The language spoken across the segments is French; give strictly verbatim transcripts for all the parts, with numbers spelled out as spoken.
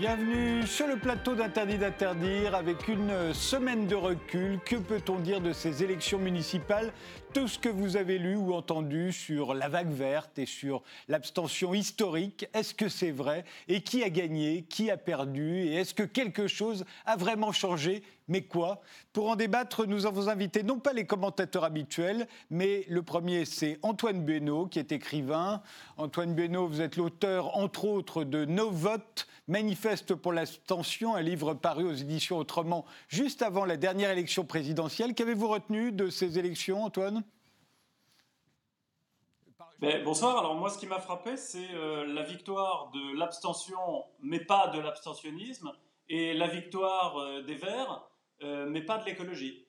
Bienvenue sur le plateau d'Interdit d'interdire avec une semaine de recul. Que peut-on dire de ces élections municipales ? Tout ce que vous avez lu ou entendu sur la vague verte et sur l'abstention historique, est-ce que c'est vrai ? Et qui a gagné ? Qui a perdu ? Et est-ce que quelque chose a vraiment changé ? Mais quoi ? Pour en débattre, nous avons invité non pas les commentateurs habituels, mais le premier, c'est Antoine Beuenaut, qui est écrivain. Antoine Beuenaut, vous êtes l'auteur, entre autres, de Nos votes, Manifeste pour l'abstention, un livre paru aux éditions Autrement, juste avant la dernière élection présidentielle. Qu'avez-vous retenu de ces élections, Antoine ? Ben, bonsoir. Alors moi, ce qui m'a frappé, c'est euh, la victoire de l'abstention, mais pas de l'abstentionnisme, et la victoire euh, des Verts, euh, mais pas de l'écologie.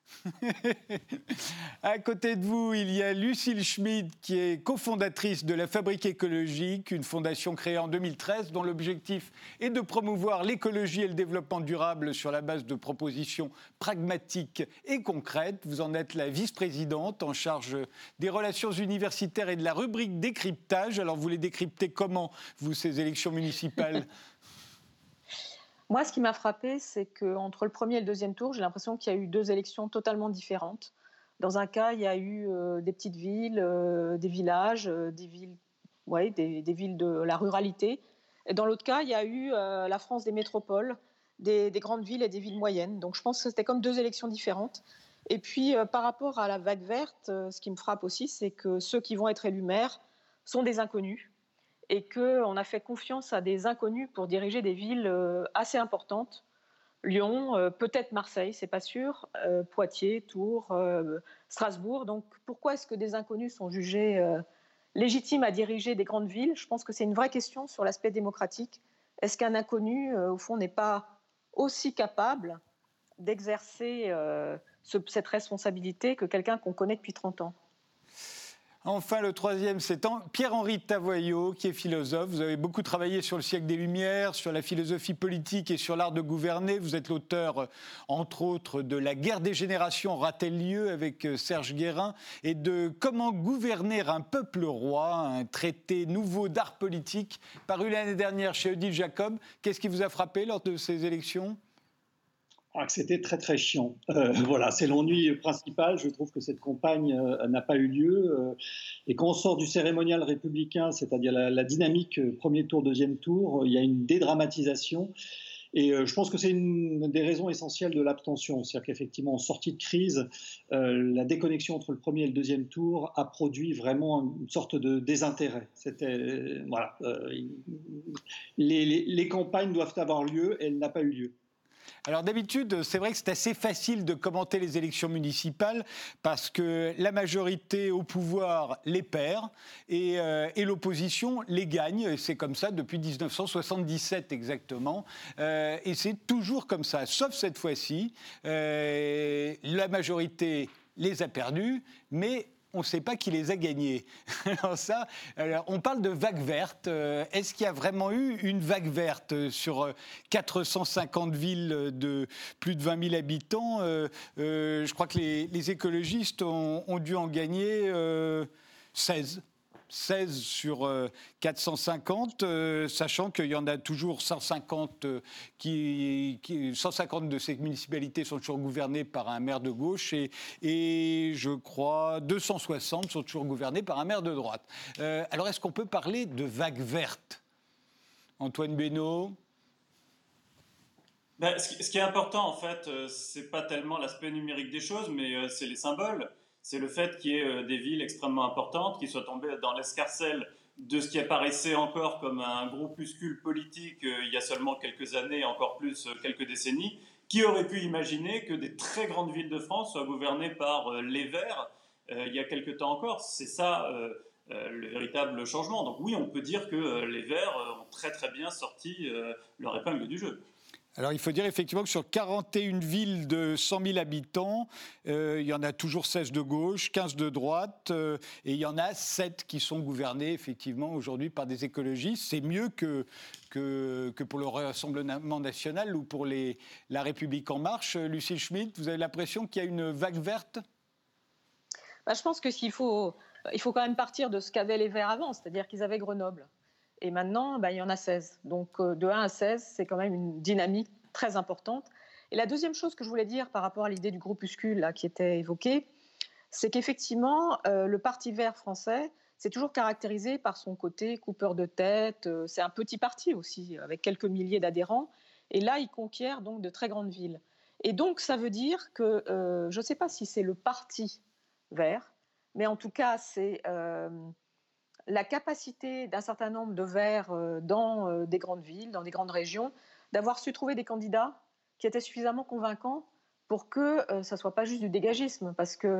À côté de vous, il y a Lucille Schmid, qui est cofondatrice de la Fabrique écologique, une fondation créée en deux mille treize, dont l'objectif est de promouvoir l'écologie et le développement durable sur la base de propositions pragmatiques et concrètes. Vous en êtes la vice-présidente en charge des relations universitaires et de la rubrique décryptage. Alors, vous les décryptez comment, vous, ces élections municipales ? Moi, ce qui m'a frappé, c'est qu'entre le premier et le deuxième tour, j'ai l'impression qu'il y a eu deux élections totalement différentes. Dans un cas, il y a eu euh, des petites villes, euh, des villages, euh, des villes, ouais, des, des villes de la ruralité. Et dans l'autre cas, il y a eu euh, la France des métropoles, des, des grandes villes et des villes moyennes. Donc je pense que c'était comme deux élections différentes. Et puis, euh, par rapport à la vague verte, euh, ce qui me frappe aussi, c'est que ceux qui vont être élus maires sont des inconnus. Et qu'on a fait confiance à des inconnus pour diriger des villes assez importantes. Lyon, euh, peut-être Marseille, c'est pas sûr, euh, Poitiers, Tours, euh, Strasbourg. Donc pourquoi est-ce que des inconnus sont jugés euh, légitimes à diriger des grandes villes ? Je pense que c'est une vraie question sur l'aspect démocratique. Est-ce qu'un inconnu, euh, au fond, n'est pas aussi capable d'exercer euh, ce, cette responsabilité que quelqu'un qu'on connaît depuis trente ans ? Enfin, le troisième, c'est Pierre-Henri Tavoyot, qui est philosophe. Vous avez beaucoup travaillé sur le siècle des Lumières, sur la philosophie politique et sur l'art de gouverner. Vous êtes l'auteur, entre autres, de La guerre des générations aura-t-elle lieu avec Serge Guérin et de Comment gouverner un peuple roi, un traité nouveau d'art politique, paru l'année dernière chez Odile Jacob. Qu'est-ce qui vous a frappé lors de ces élections ? Ah, que c'était très très chiant. Euh, voilà, c'est l'ennui principal. Je trouve que cette campagne euh, n'a pas eu lieu. Euh, et quand on sort du cérémonial républicain, c'est-à-dire la, la dynamique euh, premier tour, deuxième tour, euh, il y a une dédramatisation. Et euh, je pense que c'est une des raisons essentielles de l'abstention. C'est-à-dire qu'effectivement, en sortie de crise, euh, la déconnexion entre le premier et le deuxième tour a produit vraiment une sorte de désintérêt. C'était, euh, voilà, euh, les, les, les campagnes doivent avoir lieu et elle n'a pas eu lieu. Alors d'habitude, c'est vrai que c'est assez facile de commenter les élections municipales parce que la majorité au pouvoir les perd et, euh, et l'opposition les gagne. Et c'est comme ça depuis dix-neuf cent soixante-dix-sept exactement. Euh, et c'est toujours comme ça, sauf cette fois-ci. Euh, la majorité les a perdus, mais on ne sait pas qui les a gagnés. Alors ça, alors on parle de vague verte. Est-ce qu'il y a vraiment eu une vague verte sur quatre cent cinquante villes de plus de vingt mille habitants ? euh, euh, Je crois que les, les écologistes ont, ont dû en gagner euh, seize. seize sur quatre cent cinquante, euh, sachant qu'il y en a toujours cent cinquante, euh, qui, qui, cent cinquante de ces municipalités sont toujours gouvernées par un maire de gauche et, et je crois deux cent soixante sont toujours gouvernées par un maire de droite. Euh, alors est-ce qu'on peut parler de vague verte ? Antoine Beuenaut ? Ben, ce, qui, ce qui est important, en fait, euh, c'est pas tellement l'aspect numérique des choses, mais euh, c'est les symboles. C'est le fait qu'il y ait euh, des villes extrêmement importantes qui soient tombées dans l'escarcelle de ce qui apparaissait encore comme un groupuscule politique euh, il y a seulement quelques années, encore plus euh, quelques décennies. Qui aurait pu imaginer que des très grandes villes de France soient gouvernées par euh, les Verts euh, il y a quelques temps encore ? C'est ça euh, euh, le véritable changement. Donc oui, on peut dire que euh, les Verts euh, ont très très bien sorti euh, leur épingle du jeu. Alors, il faut dire effectivement que sur quarante et une villes de cent mille habitants, euh, il y en a toujours seize de gauche, quinze de droite, euh, et il y en a sept qui sont gouvernées effectivement aujourd'hui par des écologistes. C'est mieux que, que, que pour le Rassemblement national ou pour les, la République en marche. Lucille Schmid, vous avez l'impression qu'il y a une vague verte ? Bah, je pense qu'il faut, il faut quand même partir de ce qu'avaient les Verts avant, c'est-à-dire qu'ils avaient Grenoble. Et maintenant, bah, il y en a seize. Donc euh, de un à seize, c'est quand même une dynamique très importante. Et la deuxième chose que je voulais dire par rapport à l'idée du groupuscule là, qui était évoquée, c'est qu'effectivement, euh, le Parti vert français, c'est toujours caractérisé par son côté coupeur de tête. Euh, c'est un petit parti aussi, avec quelques milliers d'adhérents. Et là, il conquiert donc de très grandes villes. Et donc, ça veut dire que, euh, je ne sais pas si c'est le Parti vert, mais en tout cas, c'est euh, la capacité d'un certain nombre de verts euh, dans euh, des grandes villes, dans des grandes régions, d'avoir su trouver des candidats qui étaient suffisamment convaincants pour que euh, ça ne soit pas juste du dégagisme, parce que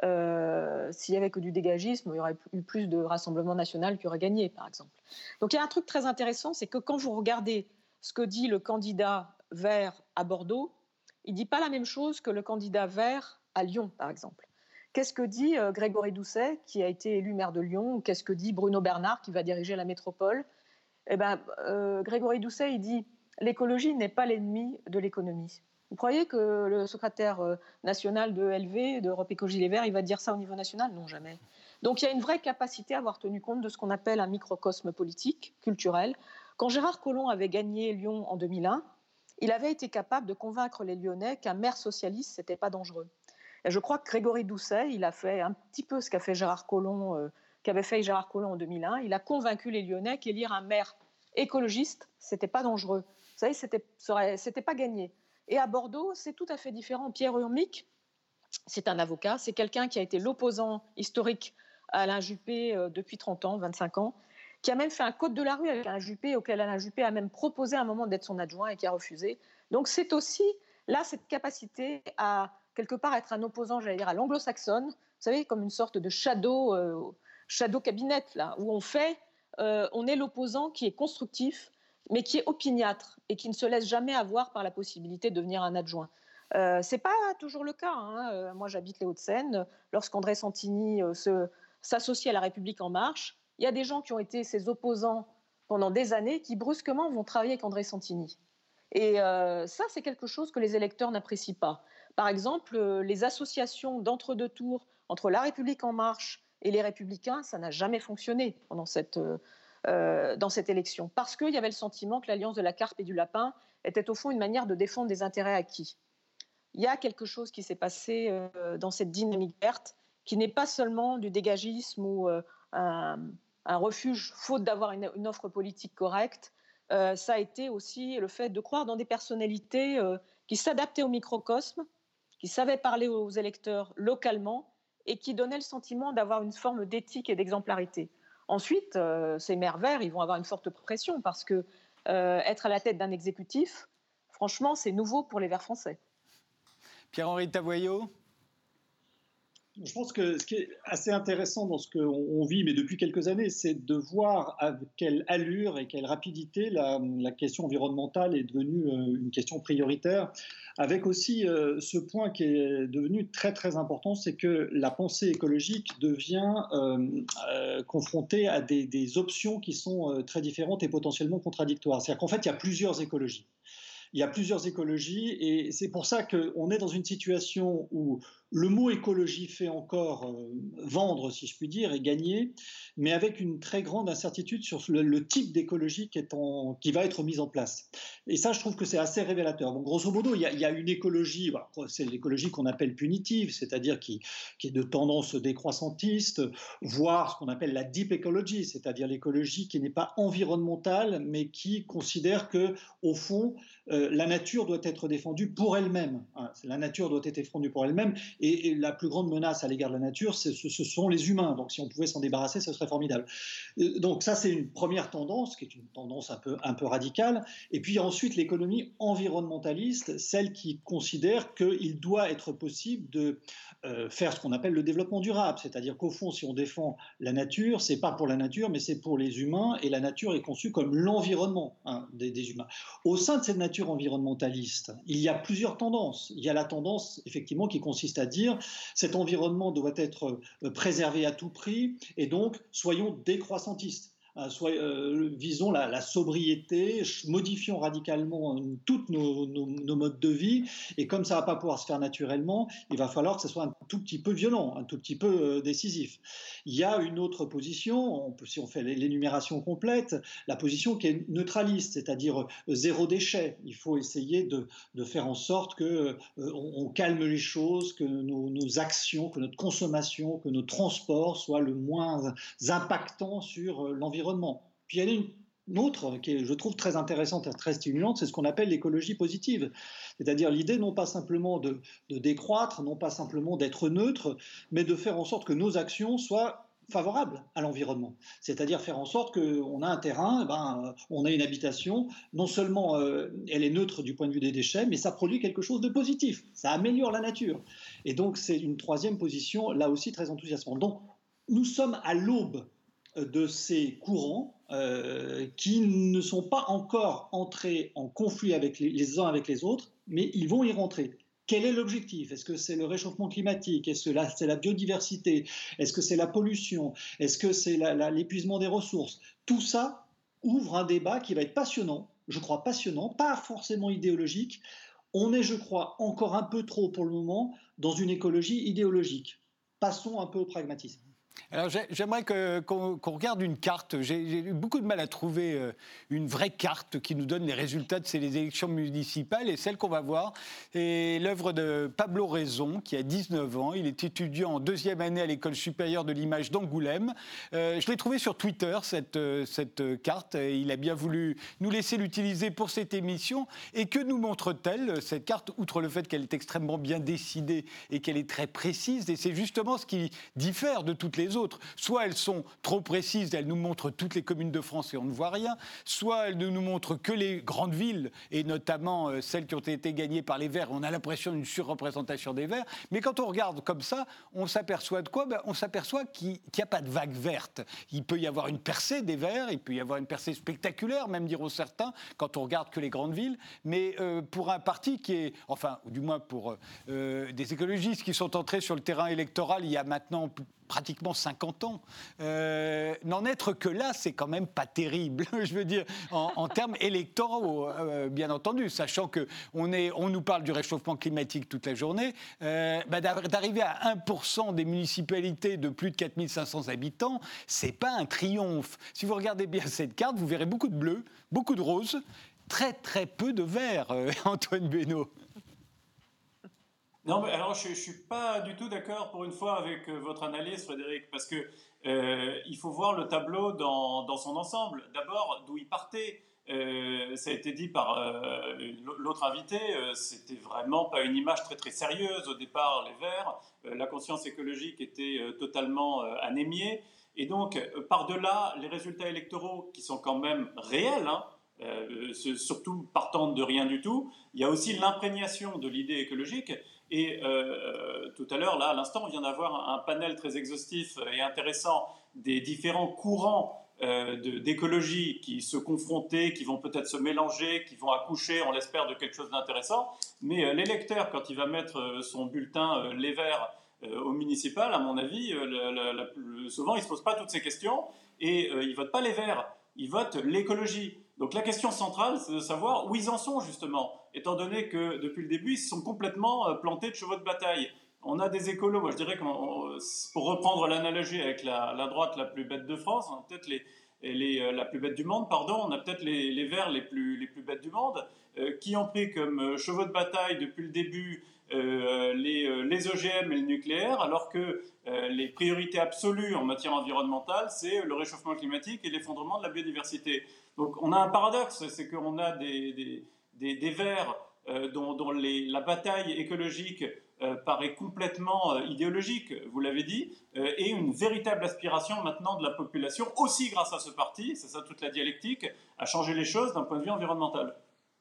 euh, s'il n'y avait que du dégagisme, il y aurait eu plus de Rassemblement national qui aurait gagné, par exemple. Donc il y a un truc très intéressant, c'est que quand vous regardez ce que dit le candidat vert à Bordeaux, il ne dit pas la même chose que le candidat vert à Lyon, par exemple. Qu'est-ce que dit euh, Grégory Doucet, qui a été élu maire de Lyon, ou qu'est-ce que dit Bruno Bernard, qui va diriger la métropole? Eh ben, euh, Grégory Doucet, il dit « l'écologie n'est pas l'ennemi de l'économie ». Vous croyez que le secrétaire euh, national de L V, d'Europe Écologie Les Verts, il va dire ça au niveau national? Non, jamais. Donc il y a une vraie capacité à avoir tenu compte de ce qu'on appelle un microcosme politique, culturel. Quand Gérard Collomb avait gagné Lyon en deux mille un, il avait été capable de convaincre les Lyonnais qu'un maire socialiste, ce n'était pas dangereux. Et je crois que Grégory Doucet, il a fait un petit peu ce qu'a fait Gérard Collomb, euh, qu'avait fait Gérard Collomb en deux mille un. Il a convaincu les Lyonnais qu'élire un maire écologiste, ce n'était pas dangereux. Vous savez, ce n'était pas gagné. Et à Bordeaux, c'est tout à fait différent. Pierre Urmic, c'est un avocat, c'est quelqu'un qui a été l'opposant historique à Alain Juppé euh, depuis trente ans, vingt-cinq ans, qui a même fait un code de la rue avec Alain Juppé, auquel Alain Juppé a même proposé à un moment d'être son adjoint et qui a refusé. Donc c'est aussi, là, cette capacité à, quelque part, être un opposant, j'allais dire, à l'anglo-saxonne, vous savez, comme une sorte de shadow, euh, shadow cabinet, là, où on fait, euh, on est l'opposant qui est constructif, mais qui est opiniâtre et qui ne se laisse jamais avoir par la possibilité de devenir un adjoint. Euh, ce n'est pas toujours le cas. Hein. Euh, moi, j'habite les Hauts-de-Seine. Lorsqu'André Santini euh, se, s'associe à La République En Marche, il y a des gens qui ont été ses opposants pendant des années qui, brusquement, vont travailler avec André Santini. Et euh, ça, c'est quelque chose que les électeurs n'apprécient pas. Par exemple, euh, les associations d'entre-deux tours entre La République En Marche et les Républicains, ça n'a jamais fonctionné pendant cette... Euh, Euh, dans cette élection, parce qu'il y avait le sentiment que l'alliance de la carpe et du lapin était au fond une manière de défendre des intérêts acquis. Il y a quelque chose qui s'est passé euh, dans cette dynamique verte, qui n'est pas seulement du dégagisme ou euh, un, un refuge faute d'avoir une, une offre politique correcte. Euh, ça a été aussi le fait de croire dans des personnalités euh, qui s'adaptaient au microcosme, qui savaient parler aux électeurs localement et qui donnaient le sentiment d'avoir une forme d'éthique et d'exemplarité. Ensuite, euh, ces maires verts, ils vont avoir une forte pression parce que euh, être à la tête d'un exécutif, franchement, c'est nouveau pour les Verts français. Pierre-Henri Tavoyot. Je pense que ce qui est assez intéressant dans ce qu'on vit, mais depuis quelques années, c'est de voir avec quelle allure et quelle rapidité la, la question environnementale est devenue une question prioritaire, avec aussi euh, ce point qui est devenu très très important, c'est que la pensée écologique devient euh, euh, confrontée à des, des options qui sont euh, très différentes et potentiellement contradictoires. C'est-à-dire qu'en fait, il y a plusieurs écologies. Il y a plusieurs écologies et c'est pour ça qu'on est dans une situation où le mot écologie fait encore euh, vendre, si je puis dire, et gagner, mais avec une très grande incertitude sur le, le type d'écologie qui, est en, qui va être mise en place. Et ça, je trouve que c'est assez révélateur. Bon, grosso modo, il y a, il y a une écologie, voilà, c'est l'écologie qu'on appelle punitive, c'est-à-dire qui, qui est de tendance décroissantiste, voire ce qu'on appelle la deep ecology, c'est-à-dire l'écologie qui n'est pas environnementale, mais qui considère que, au fond, euh, la nature doit être défendue pour elle-même. Hein, la nature doit être défendue pour elle-même. Et, et la plus grande menace à l'égard de la nature, ce, ce sont les humains. Donc si on pouvait s'en débarrasser, ce serait formidable. Donc ça, c'est une première tendance, qui est une tendance un peu, un peu radicale. Et puis ensuite, l'économie environnementaliste, celle qui considère qu'il doit être possible de euh, faire ce qu'on appelle le développement durable. C'est-à-dire qu'au fond, si on défend la nature, c'est pas pour la nature, mais c'est pour les humains. Et la nature est conçue comme l'environnement hein, des, des humains. Au sein de cette nature environnementaliste, il y a plusieurs tendances. Il y a la tendance, effectivement, qui consiste à dire cet environnement doit être préservé à tout prix et donc soyons décroissantistes. Euh, soit, euh, visons la, la sobriété, modifions radicalement tous nos, nos, nos modes de vie, et comme ça ne va pas pouvoir se faire naturellement, il va falloir que ce soit un tout petit peu violent, un tout petit peu euh, décisif. Il y a une autre position, on peut, si on fait l'énumération complète, la position qui est neutraliste, c'est-à-dire euh, zéro déchet. Il faut essayer de, de faire en sorte que euh, on, on calme les choses, que nos, nos actions, que notre consommation, que nos transports soient le moins impactants sur l'environnement. Puis il y en a une, une autre qui est, je trouve, très intéressante et très stimulante, c'est ce qu'on appelle l'écologie positive. C'est-à-dire l'idée non pas simplement de, de décroître, non pas simplement d'être neutre, mais de faire en sorte que nos actions soient favorables à l'environnement. C'est-à-dire faire en sorte qu'on a un terrain, eh ben, on a une habitation, non seulement euh, elle est neutre du point de vue des déchets, mais ça produit quelque chose de positif, ça améliore la nature. Et donc c'est une troisième position, là aussi très enthousiasmante. Donc nous sommes à l'aube de ces courants euh, qui ne sont pas encore entrés en conflit avec les, les uns avec les autres, mais ils vont y rentrer. Quel est l'objectif? Est-ce que c'est le réchauffement climatique? Est-ce que c'est la biodiversité? Est-ce que c'est la pollution? Est-ce que c'est la, la, l'épuisement des ressources? Tout ça ouvre un débat qui va être passionnant, je crois passionnant, pas forcément idéologique. On est, je crois, encore un peu trop pour le moment dans une écologie idéologique. Passons un peu au pragmatisme. Alors j'aimerais que, qu'on, qu'on regarde une carte. J'ai, j'ai eu beaucoup de mal à trouver euh, une vraie carte qui nous donne les résultats de ces élections municipales. Et celle qu'on va voir est l'œuvre de Pablo Raison, qui a dix-neuf ans. Il est étudiant en deuxième année à l'École supérieure de l'image d'Angoulême. Euh, je l'ai trouvée sur Twitter, cette, cette carte. Et il a bien voulu nous laisser l'utiliser pour cette émission. Et que nous montre-t-elle, cette carte, outre le fait qu'elle est extrêmement bien dessinée et qu'elle est très précise? Et c'est justement ce qui diffère de toutes les autres. Soit elles sont trop précises, elles nous montrent toutes les communes de France et on ne voit rien, soit elles ne nous montrent que les grandes villes, et notamment euh, celles qui ont été gagnées par les Verts. On a l'impression d'une surreprésentation des Verts, mais quand on regarde comme ça, on s'aperçoit de quoi? Ben, on s'aperçoit qu'il n'y a pas de vague verte. Il peut y avoir une percée des Verts, il peut y avoir une percée spectaculaire, même diront certains, quand on regarde que les grandes villes, mais euh, pour un parti qui est, enfin, du moins pour euh, des écologistes qui sont entrés sur le terrain électoral il y a maintenant pratiquement cinquante ans. Euh, n'en être que là, c'est quand même pas terrible, je veux dire, en, en termes électoraux, euh, bien entendu, sachant qu'on on nous parle du réchauffement climatique toute la journée, euh, bah, d'arriver à un pour cent des municipalités de plus de quatre mille cinq cents habitants, c'est pas un triomphe. Si vous regardez bien cette carte, vous verrez beaucoup de bleu, beaucoup de rose, très très peu de vert, euh, Antoine Beno. Non, mais alors je ne suis pas du tout d'accord pour une fois avec euh, votre analyse, Frédéric, parce que euh, il faut voir le tableau dans, dans son ensemble. D'abord, d'où il partait. Euh, ça a été dit par euh, l'autre invité, euh, c'était vraiment pas une image très très sérieuse au départ, les Verts. Euh, la conscience écologique était euh, totalement euh, anémiée. Et donc, euh, par-delà les résultats électoraux qui sont quand même réels, hein, euh, surtout partant de rien du tout, il y a aussi l'imprégnation de l'idée écologique. Et euh, tout à l'heure, là, à l'instant, on vient d'avoir un panel très exhaustif et intéressant des différents courants euh, de, d'écologie qui se confrontaient, qui vont peut-être se mélanger, qui vont accoucher, on l'espère, de quelque chose d'intéressant. Mais euh, l'électeur, quand il va mettre euh, son bulletin euh, Les Verts euh, au municipal, à mon avis, euh, la, la, la, souvent, il ne se pose pas toutes ces questions et euh, il ne vote pas les Verts, il vote l'écologie. Donc la question centrale, c'est de savoir où ils en sont justement, étant donné que depuis le début, ils se sont complètement plantés de chevaux de bataille. On a des écolos, moi je dirais que pour reprendre l'analogie avec la, la droite la plus bête de France, on a peut-être les, les, la plus bête du monde, pardon, on a peut-être les, les Verts les plus, les plus bêtes du monde, euh, qui ont pris comme chevaux de bataille depuis le début euh, les, les O G M et le nucléaire, alors que euh, les priorités absolues en matière environnementale, c'est le réchauffement climatique et l'effondrement de la biodiversité. Donc on a un paradoxe, c'est qu'on a des, des, des, des Verts euh, dont, dont les, la bataille écologique euh, paraît complètement euh, idéologique, vous l'avez dit, euh, et une véritable aspiration maintenant de la population, aussi grâce à ce parti, c'est ça toute la dialectique, à changer les choses d'un point de vue environnemental.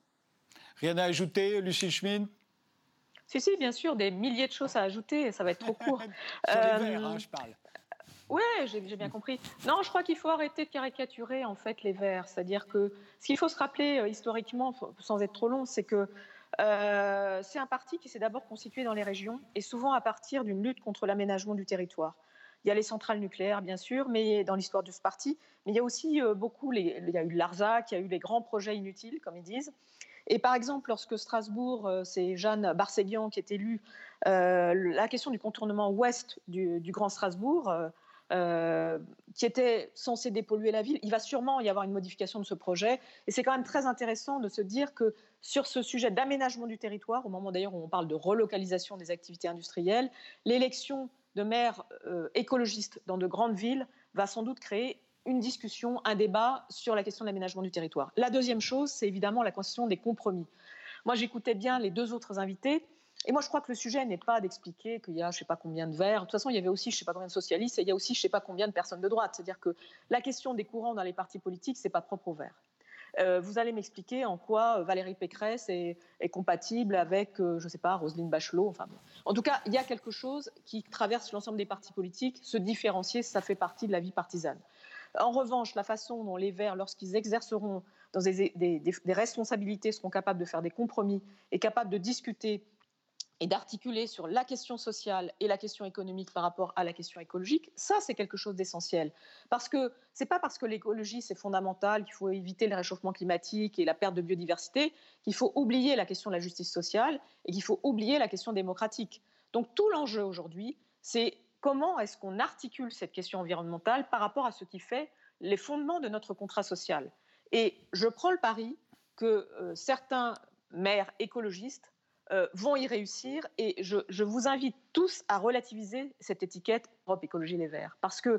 Rien à ajouter, Lucille Schmid? Si, si, bien sûr, des milliers de choses à ajouter, ça va être trop court. Sur euh, les Verts, hein, je parle. Oui, j'ai, j'ai bien compris. Non, je crois qu'il faut arrêter de caricaturer en fait les Verts. C'est-à-dire que ce qu'il faut se rappeler euh, historiquement, sans être trop long, c'est que euh, c'est un parti qui s'est d'abord constitué dans les régions et souvent à partir d'une lutte contre l'aménagement du territoire. Il y a les centrales nucléaires, bien sûr, mais dans l'histoire de ce parti. Mais il y a aussi euh, beaucoup, les, il y a eu l'Arzac, il y a eu les grands projets inutiles, comme ils disent. Et par exemple, lorsque Strasbourg, euh, c'est Jeanne Barséguian qui est élue, euh, la question du contournement ouest du, du Grand Strasbourg, euh, euh, qui était censé dépolluer la ville, il va sûrement y avoir une modification de ce projet. Et c'est quand même très intéressant de se dire que sur ce sujet d'aménagement du territoire, au moment d'ailleurs où on parle de relocalisation des activités industrielles, l'élection de maires euh, écologistes dans de grandes villes va sans doute créer une discussion, un débat sur la question de l'aménagement du territoire. La deuxième chose, c'est évidemment la question des compromis. Moi, j'écoutais bien les deux autres invités, et moi, je crois que le sujet n'est pas d'expliquer qu'il y a je ne sais pas combien de verts. De toute façon, il y avait aussi je ne sais pas combien de socialistes, et il y a aussi je ne sais pas combien de personnes de droite. C'est-à-dire que la question des courants dans les partis politiques, ce n'est pas propre aux verts. Euh, vous allez m'expliquer en quoi Valérie Pécresse est, est compatible avec, euh, je ne sais pas, Roselyne Bachelot. Enfin, bon. En tout cas, il y a quelque chose qui traverse l'ensemble des partis politiques. Se différencier, ça fait partie de la vie partisane. En revanche, la façon dont les Verts, lorsqu'ils exerceront dans des, des, des, des responsabilités, seront capables de faire des compromis et capables de discuter et d'articuler sur la question sociale et la question économique par rapport à la question écologique, ça, c'est quelque chose d'essentiel. Parce que ce n'est pas parce que l'écologie, c'est fondamental, qu'il faut éviter le réchauffement climatique et la perte de biodiversité, qu'il faut oublier la question de la justice sociale et qu'il faut oublier la question démocratique. Donc tout l'enjeu aujourd'hui, c'est comment est-ce qu'on articule cette question environnementale par rapport à ce qui fait les fondements de notre contrat social. Et je prends le pari que euh, certains maires écologistes euh, vont y réussir, et je, je vous invite tous à relativiser cette étiquette Europe Écologie Les Verts. Parce que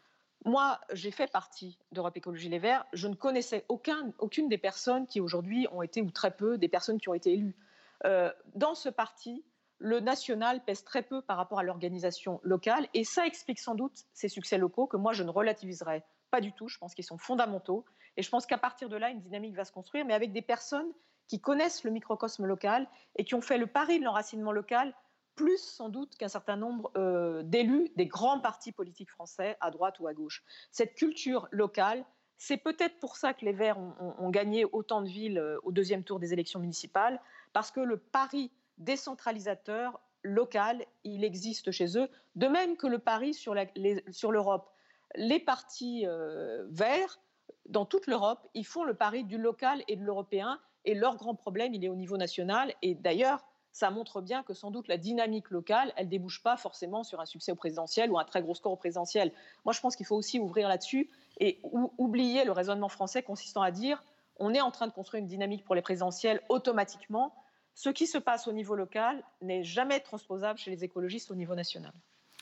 moi, j'ai fait partie d'Europe Écologie Les Verts, je ne connaissais aucun, aucune des personnes qui aujourd'hui ont été, ou très peu, des personnes qui ont été élues. Euh, dans ce parti, le national pèse très peu par rapport à l'organisation locale, et ça explique sans doute ces succès locaux que moi je ne relativiserai pas du tout. Je pense qu'ils sont fondamentaux, et je pense qu'à partir de là, une dynamique va se construire, mais avec des personnes qui connaissent le microcosme local et qui ont fait le pari de l'enracinement local, plus sans doute qu'un certain nombre euh, d'élus des grands partis politiques français, à droite ou à gauche. Cette culture locale, c'est peut-être pour ça que les Verts ont, ont, ont gagné autant de villes euh, au deuxième tour des élections municipales, parce que le pari décentralisateur local, il existe chez eux, de même que le pari sur, la, les, sur l'Europe. Les partis euh, verts, dans toute l'Europe, ils font le pari du local et de l'européen, et leur grand problème, il est au niveau national, et d'ailleurs, ça montre bien que sans doute la dynamique locale, elle ne débouche pas forcément sur un succès au présidentiel ou un très gros score au présidentiel. Moi, je pense qu'il faut aussi ouvrir là-dessus et ou, oublier le raisonnement français consistant à dire on est en train de construire une dynamique pour les présidentielles automatiquement. Ce qui se passe au niveau local n'est jamais transposable chez les écologistes au niveau national.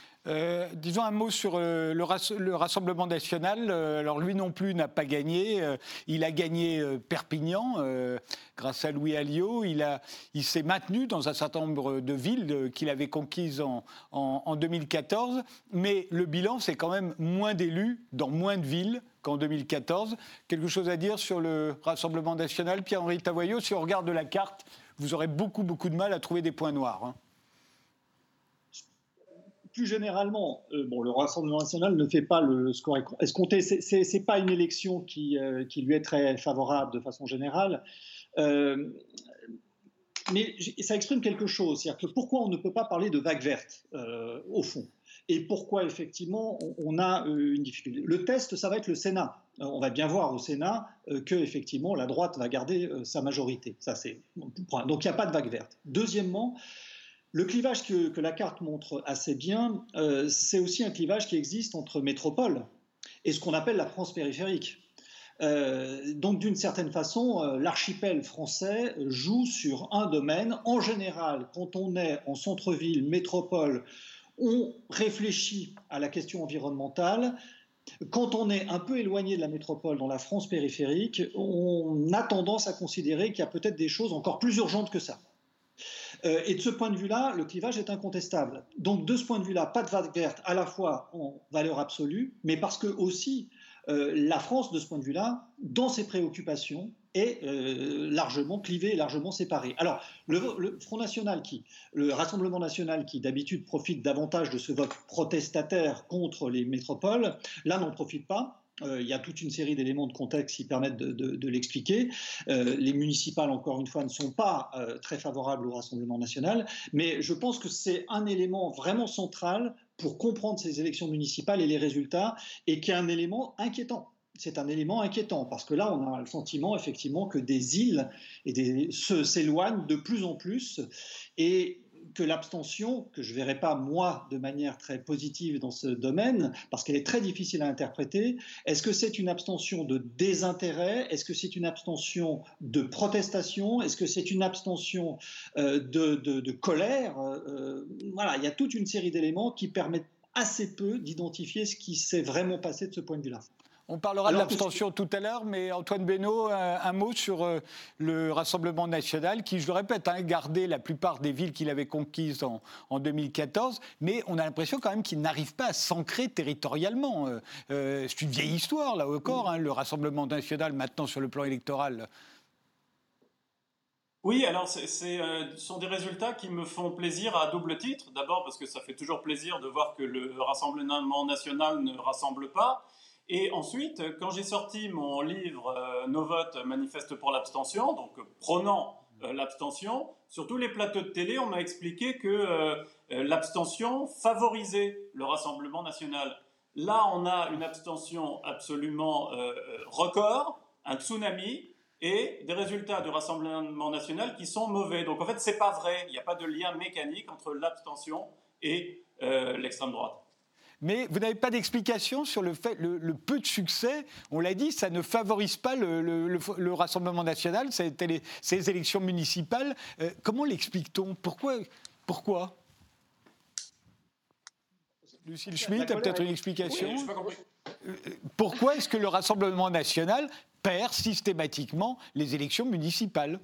Euh, disons un mot sur euh, le, rass- le Rassemblement national. Euh, alors lui non plus n'a pas gagné. Euh, il a gagné euh, Perpignan euh, grâce à Louis Alliot. Il, a, il s'est maintenu dans un certain nombre de villes euh, qu'il avait conquises en, en, en deux mille quatorze. Mais le bilan, c'est quand même moins d'élus dans moins de villes qu'en deux mille quatorze. Quelque chose à dire sur le Rassemblement national, Pierre-Henri Tavoyot? Si on regarde la carte, vous aurez beaucoup, beaucoup de mal à trouver des points noirs. Hein. Plus généralement, euh, bon, le Rassemblement national ne fait pas le score escompté. Ce n'est pas une élection qui, euh, qui lui est très favorable de façon générale. Euh, mais ça exprime quelque chose. C'est-à-dire que pourquoi on ne peut pas parler de vague verte, euh, au fond, et pourquoi effectivement on, on a euh, une difficulté. Le test, ça va être le Sénat. Euh, on va bien voir au Sénat euh, que effectivement la droite va garder euh, sa majorité. Ça, c'est point. Donc il n'y a pas de vague verte. Deuxièmement, le clivage que, que la carte montre assez bien, euh, c'est aussi un clivage qui existe entre métropole et ce qu'on appelle la France périphérique. Euh, donc d'une certaine façon, euh, l'archipel français joue sur un domaine. En général, quand on est en centre-ville, métropole, on réfléchit à la question environnementale. Quand on est un peu éloigné de la métropole, dans la France périphérique, on a tendance à considérer qu'il y a peut-être des choses encore plus urgentes que ça. Euh, et de ce point de vue-là, le clivage est incontestable. Donc de ce point de vue-là, pas de vague verte à la fois en valeur absolue, mais parce que aussi euh, la France, de ce point de vue-là, dans ses préoccupations, est euh, largement clivée, largement séparée. Alors le, le Front National, qui, le Rassemblement National, qui d'habitude profite davantage de ce vote protestataire contre les métropoles, là n'en profite pas. Euh, il y a toute une série d'éléments de contexte qui permettent de, de, de l'expliquer. Euh, les municipales, encore une fois, ne sont pas euh, très favorables au Rassemblement national, mais je pense que c'est un élément vraiment central pour comprendre ces élections municipales et les résultats, et qui est un élément inquiétant. C'est un élément inquiétant, parce que là, on a le sentiment, effectivement, que des îles et des, se, s'éloignent de plus en plus, et que l'abstention, que je ne verrai pas, moi, de manière très positive dans ce domaine, parce qu'elle est très difficile à interpréter, est-ce que c'est une abstention de désintérêt? Est-ce que c'est une abstention de protestation? Est-ce que c'est une abstention euh, de, de, de colère? euh, Voilà, il y a toute une série d'éléments qui permettent assez peu d'identifier ce qui s'est vraiment passé de ce point de vue-là. On parlera Alors de l'abstention tout à l'heure, mais Antoine Beynaud, un, un mot sur euh, le Rassemblement national qui, je le répète, a hein, gardé la plupart des villes qu'il avait conquises en, en deux mille quatorze, mais on a l'impression quand même qu'il n'arrive pas à s'ancrer territorialement. Euh, euh, c'est une vieille histoire, là encore, hein, le Rassemblement national, maintenant sur le plan électoral. Oui, alors ce euh, sont des résultats qui me font plaisir à double titre. D'abord parce que ça fait toujours plaisir de voir que le Rassemblement national ne rassemble pas. Et ensuite, quand j'ai sorti mon livre euh, « Nos votes manifestent pour l'abstention », donc prônant euh, l'abstention, sur tous les plateaux de télé, on m'a expliqué que euh, l'abstention favorisait le Rassemblement national. Là, on a une abstention absolument euh, record, un tsunami, et des résultats du Rassemblement national qui sont mauvais. Donc en fait, ce n'est pas vrai. Il n'y a pas de lien mécanique entre l'abstention et euh, l'extrême droite. Mais vous n'avez pas d'explication sur le fait, le, le peu de succès, on l'a dit, ça ne favorise pas le, le, le, le Rassemblement national, ça a été les, ces élections municipales. Euh, comment l'explique-t-on? Pourquoi, pourquoi Lucille Schmitt a peut-être une explication. Oui, je n'ai pas compris. Pourquoi est-ce que le Rassemblement national perd systématiquement les élections municipales?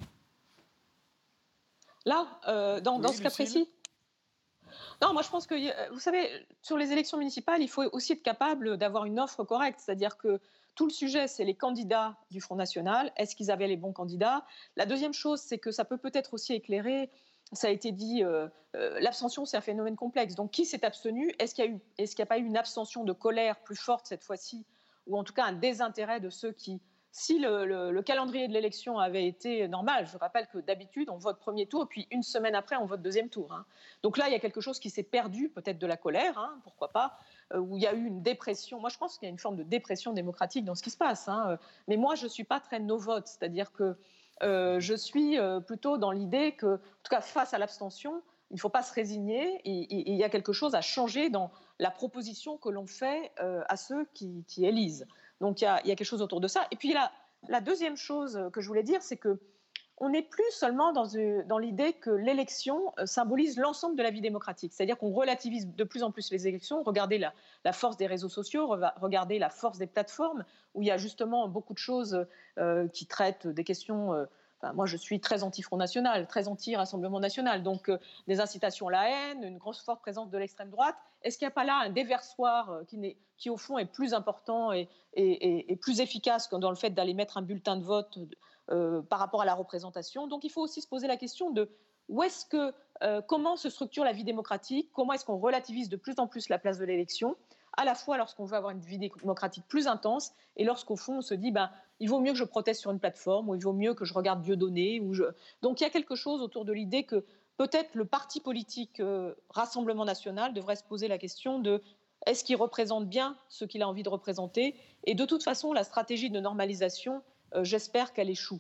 Là, euh, dans, oui, dans ce cas précis? Non, moi je pense que, vous savez, sur les élections municipales, il faut aussi être capable d'avoir une offre correcte. C'est-à-dire que tout le sujet, c'est les candidats du Front National. Est-ce qu'ils avaient les bons candidats? La deuxième chose, c'est que ça peut peut-être aussi éclairer, ça a été dit, euh, euh, l'abstention, c'est un phénomène complexe. Donc qui s'est abstenu? Est-ce qu'il y a eu, est-ce qu'il n'y a pas eu une abstention de colère plus forte cette fois-ci? Ou en tout cas un désintérêt de ceux qui... Si le, le, le calendrier de l'élection avait été normal, je rappelle que d'habitude, on vote premier tour, et puis une semaine après, on vote deuxième tour. Hein. Donc là, il y a quelque chose qui s'est perdu, peut-être de la colère, hein, pourquoi pas, euh, où il y a eu une dépression. Moi, je pense qu'il y a une forme de dépression démocratique dans ce qui se passe. Hein. Mais moi, je ne suis pas très no-vote, c'est-à-dire que euh, je suis euh, plutôt dans l'idée que, en tout cas, face à l'abstention, il ne faut pas se résigner, et il y a quelque chose à changer dans la proposition que l'on fait euh, à ceux qui, qui élisent. Donc il y, y a quelque chose autour de ça. Et puis la, la deuxième chose que je voulais dire, c'est qu'on n'est plus seulement dans, dans l'idée que l'élection symbolise l'ensemble de la vie démocratique. C'est-à-dire qu'on relativise de plus en plus les élections. Regardez la, la force des réseaux sociaux, regardez la force des plateformes, où il y a justement beaucoup de choses euh, qui traitent des questions... Euh, Enfin, moi, je suis très anti-Front National, très anti-Rassemblement National. Donc, euh, des incitations à la haine, une grosse forte présence de l'extrême droite. Est-ce qu'il n'y a pas là un déversoir euh, qui, n'est, qui, au fond, est plus important et, et, et, et plus efficace que dans le fait d'aller mettre un bulletin de vote euh, par rapport à la représentation? Donc, il faut aussi se poser la question de où est-ce que, euh, comment se structure la vie démocratique? Comment est-ce qu'on relativise de plus en plus la place de l'élection, à la fois lorsqu'on veut avoir une vie démocratique plus intense et lorsqu'au fond on se dit ben, il vaut mieux que je proteste sur une plateforme ou il vaut mieux que je regarde Dieudonné. Ou je... Donc il y a quelque chose autour de l'idée que peut-être le parti politique euh, Rassemblement National devrait se poser la question de est-ce qu'il représente bien ce qu'il a envie de représenter? Et de toute façon, la stratégie de normalisation, euh, j'espère qu'elle échoue.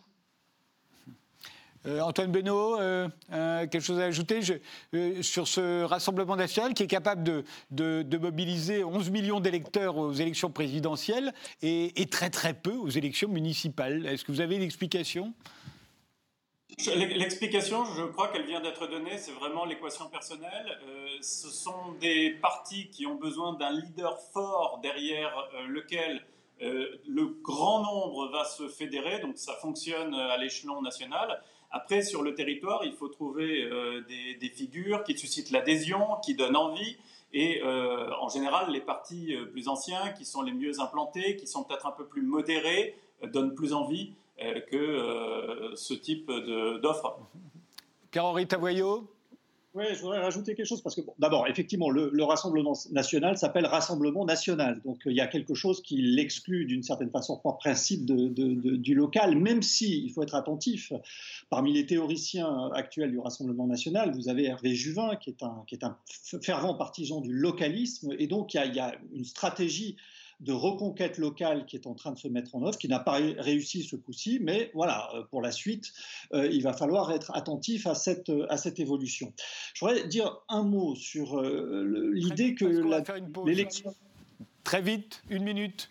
Euh, Antoine Beynaud, euh, euh, quelque chose à ajouter je, euh, sur ce Rassemblement national qui est capable de, de, de mobiliser onze millions d'électeurs aux élections présidentielles et, et très très peu aux élections municipales. Est-ce que vous avez une explication ? L'explication, je crois qu'elle vient d'être donnée, c'est vraiment l'équation personnelle. Euh, ce sont des partis qui ont besoin d'un leader fort derrière euh, lequel euh, le grand nombre va se fédérer, donc ça fonctionne à l'échelon national. Après, sur le territoire, il faut trouver euh, des, des figures qui suscitent l'adhésion, qui donnent envie. Et euh, en général, les partis euh, plus anciens, qui sont les mieux implantés, qui sont peut-être un peu plus modérés, euh, donnent plus envie que euh, ce type de, d'offre. Pierre-Henri Tavoyot ? Oui, je voudrais rajouter quelque chose parce que, bon, d'abord, effectivement, le, le Rassemblement national s'appelle Rassemblement national. Donc, euh, il y a quelque chose qui l'exclut d'une certaine façon par principe de, de, de, du local, même si, il faut être attentif, parmi les théoriciens actuels du Rassemblement national, vous avez Hervé Juvin, qui est un, qui est un fervent partisan du localisme. Et donc, il y a, il y a une stratégie de reconquête locale qui est en train de se mettre en œuvre, qui n'a pas réussi ce coup-ci, mais voilà, pour la suite, euh, il va falloir être attentif à cette, à cette évolution. Je voudrais dire un mot sur euh, l'idée que l'élection... Très vite, une minute.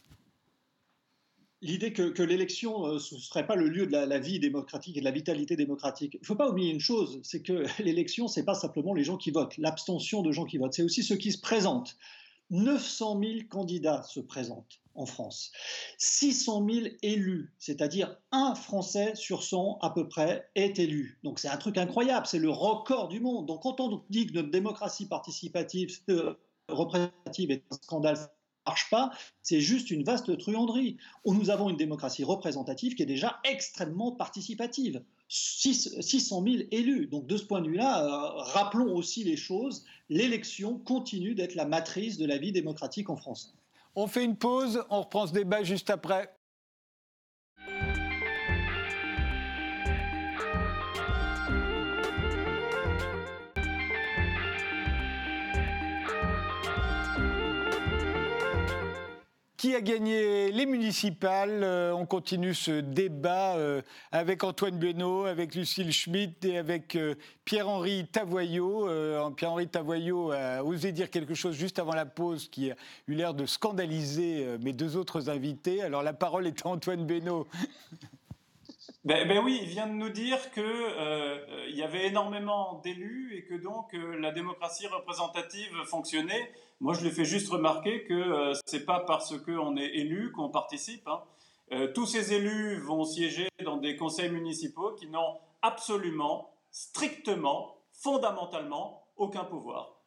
L'idée que, que l'élection euh, ce ne serait pas le lieu de la, la vie démocratique et de la vitalité démocratique. Il ne faut pas oublier une chose, c'est que l'élection, ce n'est pas simplement les gens qui votent, l'abstention de gens qui votent, c'est aussi ceux qui se présentent. neuf cent mille candidats se présentent en France, six cent mille élus, c'est-à-dire un Français sur cent à peu près est élu. Donc c'est un truc incroyable, c'est le record du monde. Donc quand on dit que notre démocratie participative, euh, représentative est un scandale, ça ne marche pas, c'est juste une vaste truanderie. Nous avons une démocratie représentative qui est déjà extrêmement participative. six cent mille élus. Donc de ce point de vue-là, euh, rappelons aussi les choses. L'élection continue d'être la matrice de la vie démocratique en France. On fait une pause, on reprend ce débat juste après. Qui a gagné les municipales? euh, On continue ce débat euh, avec Antoine Benoît, avec Lucille Schmitt et avec euh, Pierre-Henri Tavoyot. Euh, Pierre-Henri Tavoyot a osé dire quelque chose juste avant la pause qui a eu l'air de scandaliser euh, mes deux autres invités. Alors la parole est à Antoine Benoît. Ben, ben oui, il vient de nous dire qu'il euh, y avait énormément d'élus et que donc euh, la démocratie représentative fonctionnait. Moi, je lui fais juste remarquer que euh, ce n'est pas parce qu'on est élu qu'on participe. Hein. Euh, tous ces élus vont siéger dans des conseils municipaux qui n'ont absolument, strictement, fondamentalement aucun pouvoir.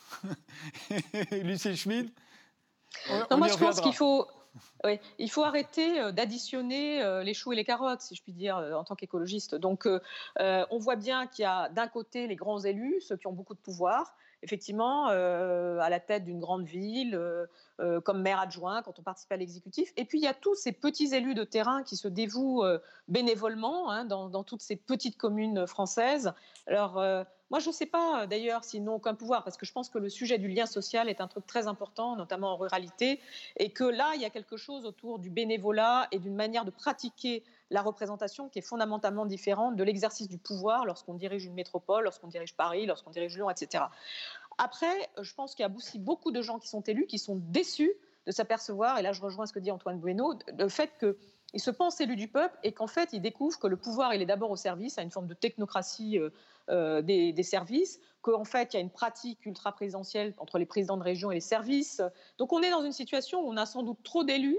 Lucille Schmitt, on, non, on moi, je pense qu'il faut... Oui, il faut arrêter d'additionner les choux et les carottes, si je puis dire, en tant qu'écologiste. Donc, euh, on voit bien qu'il y a d'un côté les grands élus, ceux qui ont beaucoup de pouvoir, effectivement, euh, à la tête d'une grande ville, euh, euh, comme maire adjoint, quand on participe à l'exécutif. Et puis, il y a tous ces petits élus de terrain qui se dévouent euh, bénévolement hein, dans, dans toutes ces petites communes françaises. Alors, euh, moi, je ne sais pas, d'ailleurs, s'ils n'ont aucun pouvoir, parce que je pense que le sujet du lien social est un truc très important, notamment en ruralité, et que là, il y a quelque chose autour du bénévolat et d'une manière de pratiquer la représentation qui est fondamentalement différente de l'exercice du pouvoir lorsqu'on dirige une métropole, lorsqu'on dirige Paris, lorsqu'on dirige Lyon, et cetera. Après, je pense qu'il y a aussi beaucoup de gens qui sont élus, qui sont déçus de s'apercevoir, et là je rejoins ce que dit Antoine Bueno, le fait qu'ils se pensent élus du peuple et qu'en fait ils découvrent que le pouvoir il est d'abord au service, à une forme de technocratie euh, euh, des, des services, qu'en fait il y a une pratique ultra-présidentielle entre les présidents de région et les services. Donc on est dans une situation où on a sans doute trop d'élus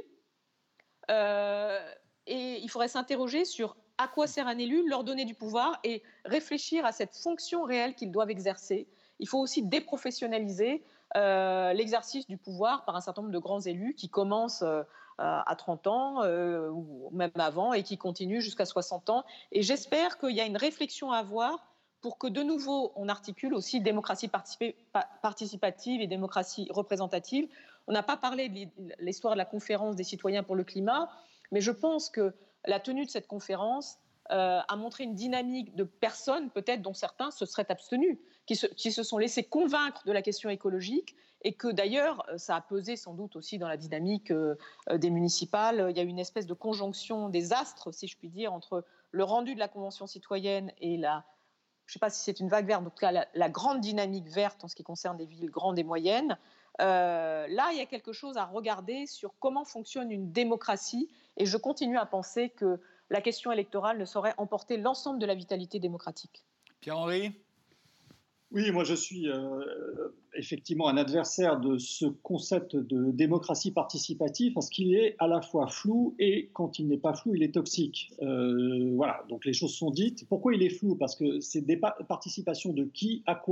euh, et il faudrait s'interroger sur à quoi sert un élu, leur donner du pouvoir et réfléchir à cette fonction réelle qu'ils doivent exercer. Il faut aussi déprofessionnaliser euh, l'exercice du pouvoir par un certain nombre de grands élus qui commencent euh, à trente ans euh, ou même avant et qui continuent jusqu'à soixante ans. Et j'espère qu'il y a une réflexion à avoir pour que de nouveau on articule aussi démocratie participative et démocratie représentative. On n'a pas parlé de l'histoire de la conférence des citoyens pour le climat, mais je pense que la tenue de cette conférence euh, a montré une dynamique de personnes, peut-être dont certains se seraient abstenus, qui se, qui se sont laissés convaincre de la question écologique et que d'ailleurs, ça a pesé sans doute aussi dans la dynamique euh, des municipales. Il y a eu une espèce de conjonction des astres, si je puis dire, entre le rendu de la Convention citoyenne et la, je ne sais pas si c'est une vague verte, en tout cas la, la grande dynamique verte en ce qui concerne des villes grandes et moyennes. Euh, là, il y a quelque chose à regarder sur comment fonctionne une démocratie et je continue à penser que la question électorale ne saurait emporter l'ensemble de la vitalité démocratique. Pierre-Henri ? Oui, moi je suis euh, effectivement un adversaire de ce concept de démocratie participative parce qu'il est à la fois flou et quand il n'est pas flou, il est toxique. Euh, voilà, donc les choses sont dites. Pourquoi il est flou ? Parce que c'est des participations de qui à quoi ?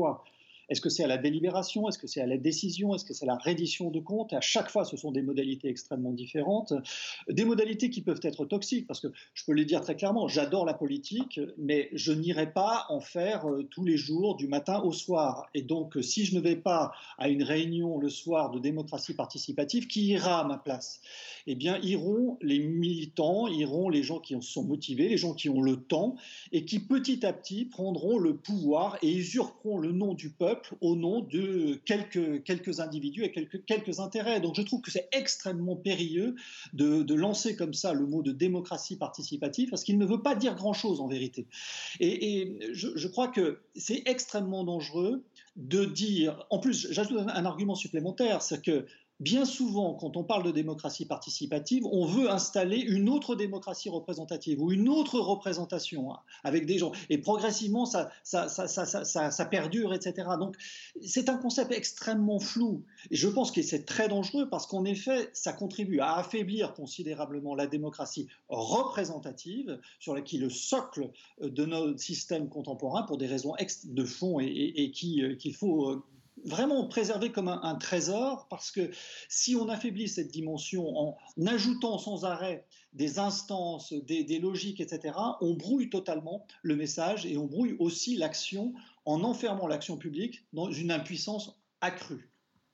Est-ce que c'est à la délibération? Est-ce que c'est à la décision? Est-ce que c'est à la reddition de comptes? À chaque fois, ce sont des modalités extrêmement différentes, des modalités qui peuvent être toxiques, parce que je peux le dire très clairement, j'adore la politique, mais je n'irai pas en faire euh, tous les jours, du matin au soir. Et donc, si je ne vais pas à une réunion le soir de démocratie participative, qui ira à ma place? Eh bien, iront les militants, iront les gens qui sont motivés, les gens qui ont le temps, et qui petit à petit prendront le pouvoir et usurperont le nom du peuple au nom de quelques, quelques individus et quelques, quelques intérêts. Donc je trouve que c'est extrêmement périlleux de, de lancer comme ça le mot de démocratie participative, parce qu'il ne veut pas dire grand-chose en vérité. Et, et je, je crois que c'est extrêmement dangereux de dire... En plus, j'ajoute un, un argument supplémentaire, c'est que bien souvent, quand on parle de démocratie participative, on veut installer une autre démocratie représentative ou une autre représentation hein, avec des gens. Et progressivement, ça, ça, ça, ça, ça, ça, ça perdure, et cetera. Donc, c'est un concept extrêmement flou. Et je pense que c'est très dangereux parce qu'en effet, ça contribue à affaiblir considérablement la démocratie représentative, sur la, qui est le socle de notre système contemporain pour des raisons de fond et, et, et qui, qu'il faut vraiment préserver comme un, un trésor, parce que si on affaiblit cette dimension en ajoutant sans arrêt des instances, des, des logiques, et cetera, on brouille totalement le message et on brouille aussi l'action en enfermant l'action publique dans une impuissance accrue.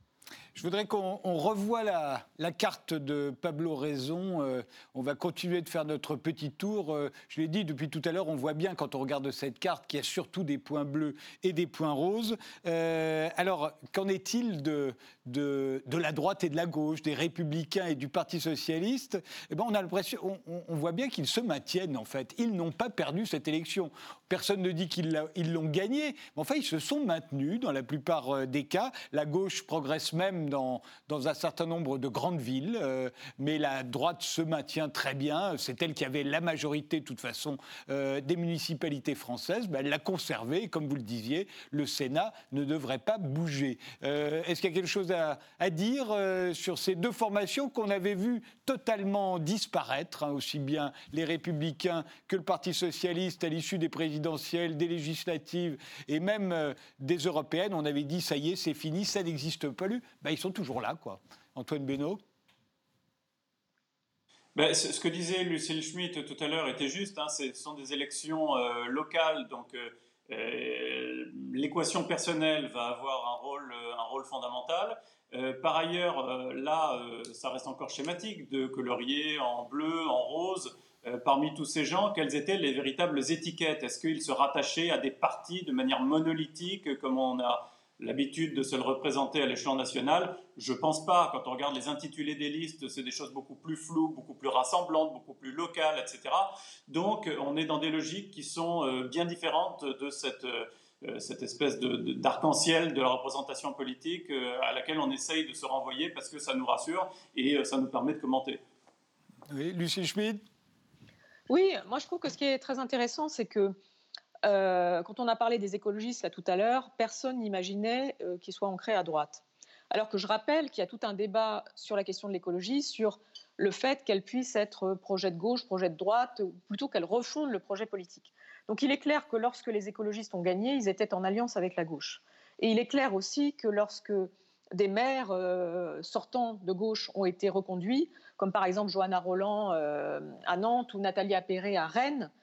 Je voudrais qu'on revoie la, la carte de Pablo Raison. Euh, on va continuer de faire notre petit tour. Euh, je l'ai dit depuis tout à l'heure, on voit bien quand on regarde cette carte qu'il y a surtout des points bleus et des points roses. Euh, alors, qu'en est-il de, de, de la droite et de la gauche, des Républicains et du Parti Socialiste? Eh ben, on a l'impression, on, on voit bien qu'ils se maintiennent en fait. Ils n'ont pas perdu cette élection. Personne ne dit qu'ils l'ont gagnée, mais enfin, ils se sont maintenus dans la plupart des cas. La gauche progresse même Dans, dans un certain nombre de grandes villes, euh, mais la droite se maintient très bien. C'est elle qui avait la majorité, de toute façon, euh, des municipalités françaises. Ben, elle l'a conservée. Comme vous le disiez, le Sénat ne devrait pas bouger. Euh, est-ce qu'il y a quelque chose à, à dire euh, sur ces deux formations qu'on avait vues totalement disparaître, hein, aussi bien les Républicains que le Parti Socialiste à l'issue des présidentielles, des législatives et même euh, des européennes? On avait dit, ça y est, c'est fini, ça n'existe plus. Ben, ils sont toujours là, quoi. Antoine Benoît. Ben, ce que disait Lucille Schmitt tout à l'heure était juste. Hein, ce sont des élections euh, locales, donc euh, euh, l'équation personnelle va avoir un rôle, un rôle fondamental. Euh, par ailleurs, euh, là, euh, ça reste encore schématique, de colorier en bleu, en rose. Euh, parmi tous ces gens, quelles étaient les véritables étiquettes? Est-ce qu'ils se rattachaient à des partis de manière monolithique, comme on a l'habitude de se le représenter à l'échelon national? Je ne pense pas. Quand on regarde les intitulés des listes, c'est des choses beaucoup plus floues, beaucoup plus rassemblantes, beaucoup plus locales, et cetera. Donc, on est dans des logiques qui sont bien différentes de cette, cette espèce de, de, d'arc-en-ciel de la représentation politique à laquelle on essaye de se renvoyer parce que ça nous rassure et ça nous permet de commenter. Oui, Lucille Schmitt. Oui, moi je trouve que ce qui est très intéressant, c'est que Euh, quand on a parlé des écologistes là tout à l'heure, personne n'imaginait euh, qu'ils soient ancrés à droite. Alors que je rappelle qu'il y a tout un débat sur la question de l'écologie, sur le fait qu'elle puisse être projet de gauche, projet de droite, ou plutôt qu'elle refonde le projet politique. Donc il est clair que lorsque les écologistes ont gagné, ils étaient en alliance avec la gauche. Et il est clair aussi que lorsque des maires euh, sortants de gauche ont été reconduits, comme par exemple Johanna Roland euh, à Nantes ou Nathalie Appéré à Rennes,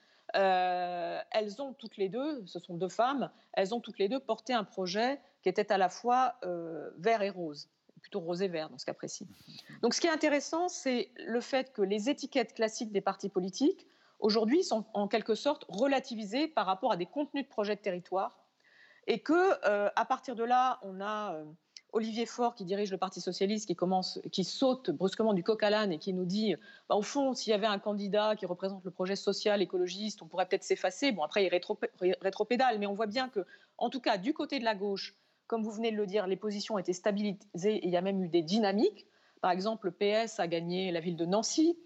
Euh, elles ont toutes les deux, ce sont deux femmes, elles ont toutes les deux porté un projet qui était à la fois euh, vert et rose, plutôt rose et vert dans ce cas précis. Donc ce qui est intéressant, c'est le fait que les étiquettes classiques des partis politiques, aujourd'hui, sont en quelque sorte relativisées par rapport à des contenus de projets de territoire, et que euh, à partir de là, on a euh, Olivier Faure qui dirige le Parti Socialiste, qui, commence, qui saute brusquement du coq à l'âne et qui nous dit, bah, au fond, s'il y avait un candidat qui représente le projet social, écologiste, on pourrait peut-être s'effacer. Bon, après, il rétro, rétropédale, mais on voit bien que, en tout cas, du côté de la gauche, comme vous venez de le dire, les positions étaient stabilisées et il y a même eu des dynamiques. Par exemple, le P S a gagné la ville de Nancy.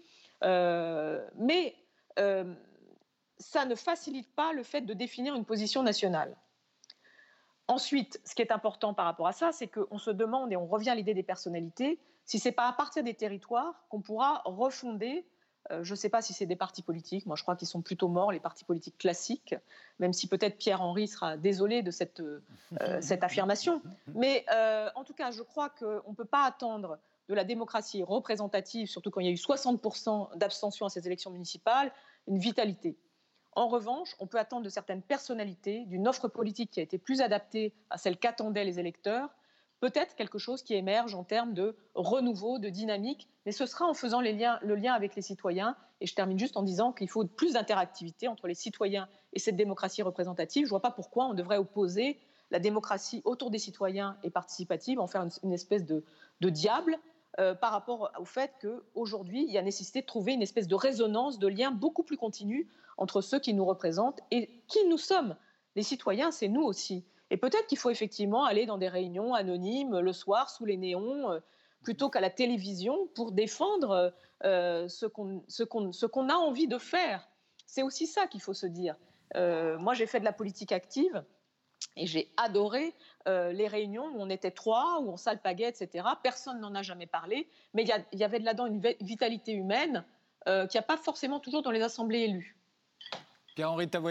Euh, mais euh, ça ne facilite pas le fait de définir une position nationale. Ensuite, ce qui est important par rapport à ça, c'est qu'on se demande, et on revient à l'idée des personnalités, si ce n'est pas à partir des territoires qu'on pourra refonder Euh, je ne sais pas si c'est des partis politiques. Moi, je crois qu'ils sont plutôt morts, les partis politiques classiques, même si peut-être Pierre-Henry sera désolé de cette, euh, cette affirmation. Mais euh, en tout cas, je crois qu'on ne peut pas attendre de la démocratie représentative, surtout quand il y a eu soixante pour cent d'abstention à ces élections municipales, une vitalité. En revanche, on peut attendre de certaines personnalités, d'une offre politique qui a été plus adaptée à celle qu'attendaient les électeurs, peut-être quelque chose qui émerge en termes de renouveau, de dynamique, mais ce sera en faisant les liens, le lien avec les citoyens. Et je termine juste en disant qu'il faut plus d'interactivité entre les citoyens et cette démocratie représentative. Je ne vois pas pourquoi on devrait opposer la démocratie autour des citoyens et participative, en faire une, une espèce de, de diable, euh, par rapport au fait qu'aujourd'hui, il y a nécessité de trouver une espèce de résonance, de lien beaucoup plus continu entre ceux qui nous représentent et qui nous sommes. Les citoyens, c'est nous aussi. Et peut-être qu'il faut effectivement aller dans des réunions anonymes le soir sous les néons euh, plutôt qu'à la télévision pour défendre euh, ce, qu'on, ce, qu'on, ce qu'on a envie de faire. C'est aussi ça qu'il faut se dire. Euh, moi, j'ai fait de la politique active et j'ai adoré euh, les réunions où on était trois, où on s'alpaguait, et cetera. Personne n'en a jamais parlé, mais il y, y avait de là-dedans une vitalité humaine euh, qu'il n'y a pas forcément toujours dans les assemblées élues. Pierre-Henry Tavoyot ?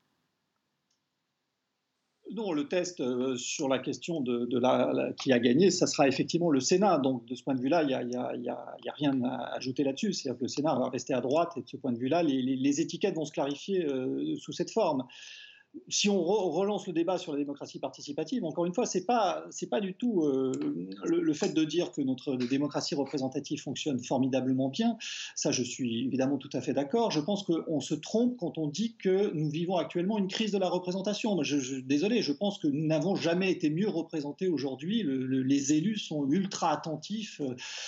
Non, le test euh, sur la question de, de la, la, qui a gagné, ça sera effectivement le Sénat. Donc, de ce point de vue-là, il n'y a, y a, y a, y a rien à ajouter là-dessus. C'est-à-dire que le Sénat va rester à droite et de ce point de vue-là, les, les, les étiquettes vont se clarifier euh, sous cette forme. Si on re- relance le débat sur la démocratie participative, encore une fois, ce n'est pas, c'est pas du tout euh, le, le fait de dire que notre démocratie représentative fonctionne formidablement bien. Ça, je suis évidemment tout à fait d'accord. Je pense qu'on se trompe quand on dit que nous vivons actuellement une crise de la représentation. Je, je, désolé, je pense que nous n'avons jamais été mieux représentés aujourd'hui. Le, le, les élus sont ultra attentifs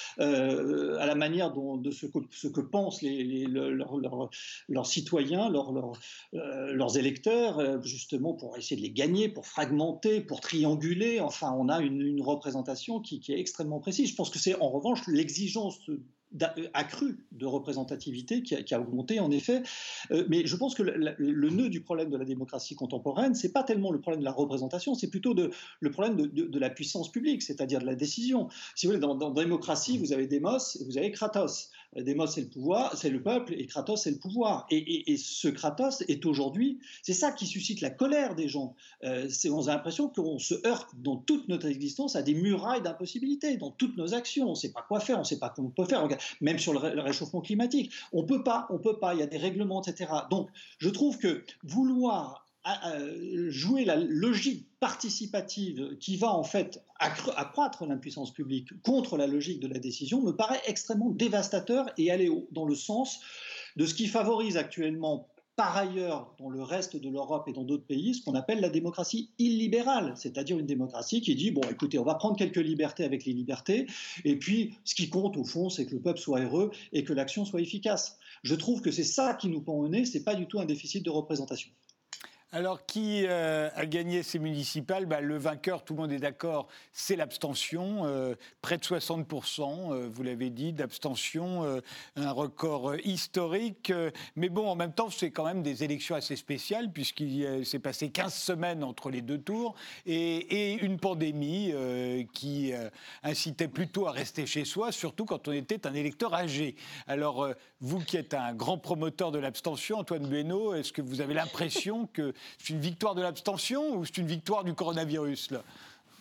euh, à la manière dont, de ce que, ce que pensent les, les, leurs leur, leur citoyens, leurs leur, euh, leurs électeurs, justement pour essayer de les gagner, pour fragmenter, pour trianguler. Enfin, on a une, une représentation qui, qui est extrêmement précise. Je pense que c'est en revanche l'exigence accrue de représentativité qui a, qui a augmenté en effet, euh, mais je pense que le, le nœud du problème de la démocratie contemporaine, c'est pas tellement le problème de la représentation, c'est plutôt de, le problème de, de, de la puissance publique, c'est-à-dire de la décision. Si vous voulez, dans, dans démocratie, vous avez Démos et vous avez Kratos. Démos, c'est le pouvoir, c'est le peuple, et Kratos, c'est le pouvoir. Et, et, et ce Kratos est aujourd'hui, c'est ça qui suscite la colère des gens. Euh, c'est, on a l'impression qu'on se heurte dans toute notre existence à des murailles d'impossibilité, dans toutes nos actions. On ne sait pas quoi faire, on ne sait pas comment on peut faire. Même sur le, ré, le réchauffement climatique, on peut pas, on peut pas. Il y a des règlements, et cetera. Donc, je trouve que vouloir euh, jouer la logique participative qui va en fait accro- accroître l'impuissance publique contre la logique de la décision me paraît extrêmement dévastateur et aller au, dans le sens de ce qui favorise actuellement par ailleurs dans le reste de l'Europe et dans d'autres pays ce qu'on appelle la démocratie illibérale, c'est-à-dire une démocratie qui dit bon écoutez on va prendre quelques libertés avec les libertés et puis ce qui compte au fond c'est que le peuple soit heureux et que l'action soit efficace. Je trouve que c'est ça qui nous pend au nez, c'est pas du tout un déficit de représentation. Alors, qui euh, a gagné ces municipales ? Bah, le vainqueur, tout le monde est d'accord, c'est l'abstention. Euh, près de soixante pour cent, euh, vous l'avez dit, d'abstention, euh, un record euh, historique. Euh, mais bon, en même temps, c'est quand même des élections assez spéciales, puisqu'il euh, s'est passé quinze semaines entre les deux tours, et, et une pandémie euh, qui euh, incitait plutôt à rester chez soi, surtout quand on était un électeur âgé. Alors, euh, vous qui êtes un grand promoteur de l'abstention, Antoine Bueno, est-ce que vous avez l'impression que c'est une victoire de l'abstention ou c'est une victoire du coronavirus, là ?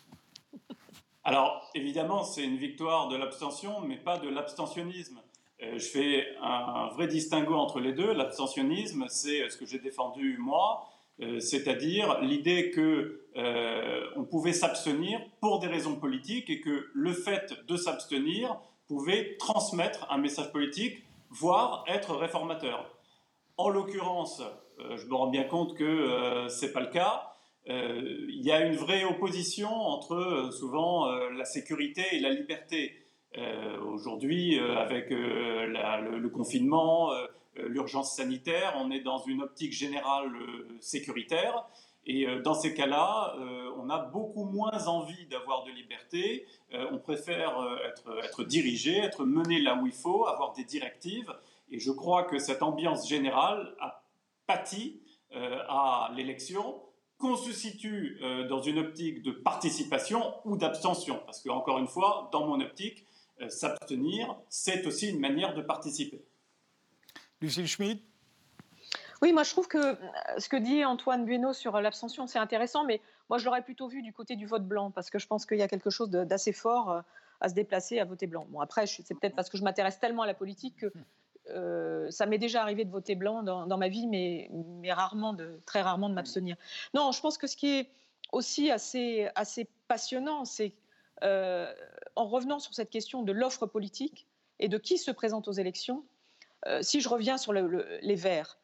Alors, évidemment, c'est une victoire de l'abstention, mais pas de l'abstentionnisme. Euh, je fais un, un vrai distinguo entre les deux. L'abstentionnisme, c'est ce que j'ai défendu, moi, euh, c'est-à-dire l'idée qu'on euh, pouvait s'abstenir pour des raisons politiques et que le fait de s'abstenir pouvait transmettre un message politique, voire être réformateur. En l'occurrence, euh, je me rends bien compte que euh, ce n'est pas le cas. Euh, il y a une vraie opposition entre euh, souvent euh, la sécurité et la liberté. Euh, aujourd'hui, euh, avec euh, la, le, le confinement, euh, l'urgence sanitaire, on est dans une optique générale euh, sécuritaire. Et euh, dans ces cas-là, euh, on a beaucoup moins envie d'avoir de liberté. Euh, on préfère euh, être, être dirigé, être mené là où il faut, avoir des directives. Et je crois que cette ambiance générale a pâti euh, à l'élection, qu'on se situe euh, dans une optique de participation ou d'abstention. Parce que, encore une fois, dans mon optique, euh, s'abstenir, c'est aussi une manière de participer. Lucille Schmitt. Oui, moi je trouve que ce que dit Antoine Bueno sur l'abstention, c'est intéressant, mais moi je l'aurais plutôt vu du côté du vote blanc, parce que je pense qu'il y a quelque chose d'assez fort à se déplacer, à voter blanc. Bon, après, c'est peut-être parce que je m'intéresse tellement à la politique que euh, ça m'est déjà arrivé de voter blanc dans, dans ma vie, mais, mais rarement de, très rarement de m'abstenir. Non, je pense que ce qui est aussi assez, assez passionnant, c'est euh, en revenant sur cette question de l'offre politique et de qui se présente aux élections, euh, si je reviens sur le, le, les Verts,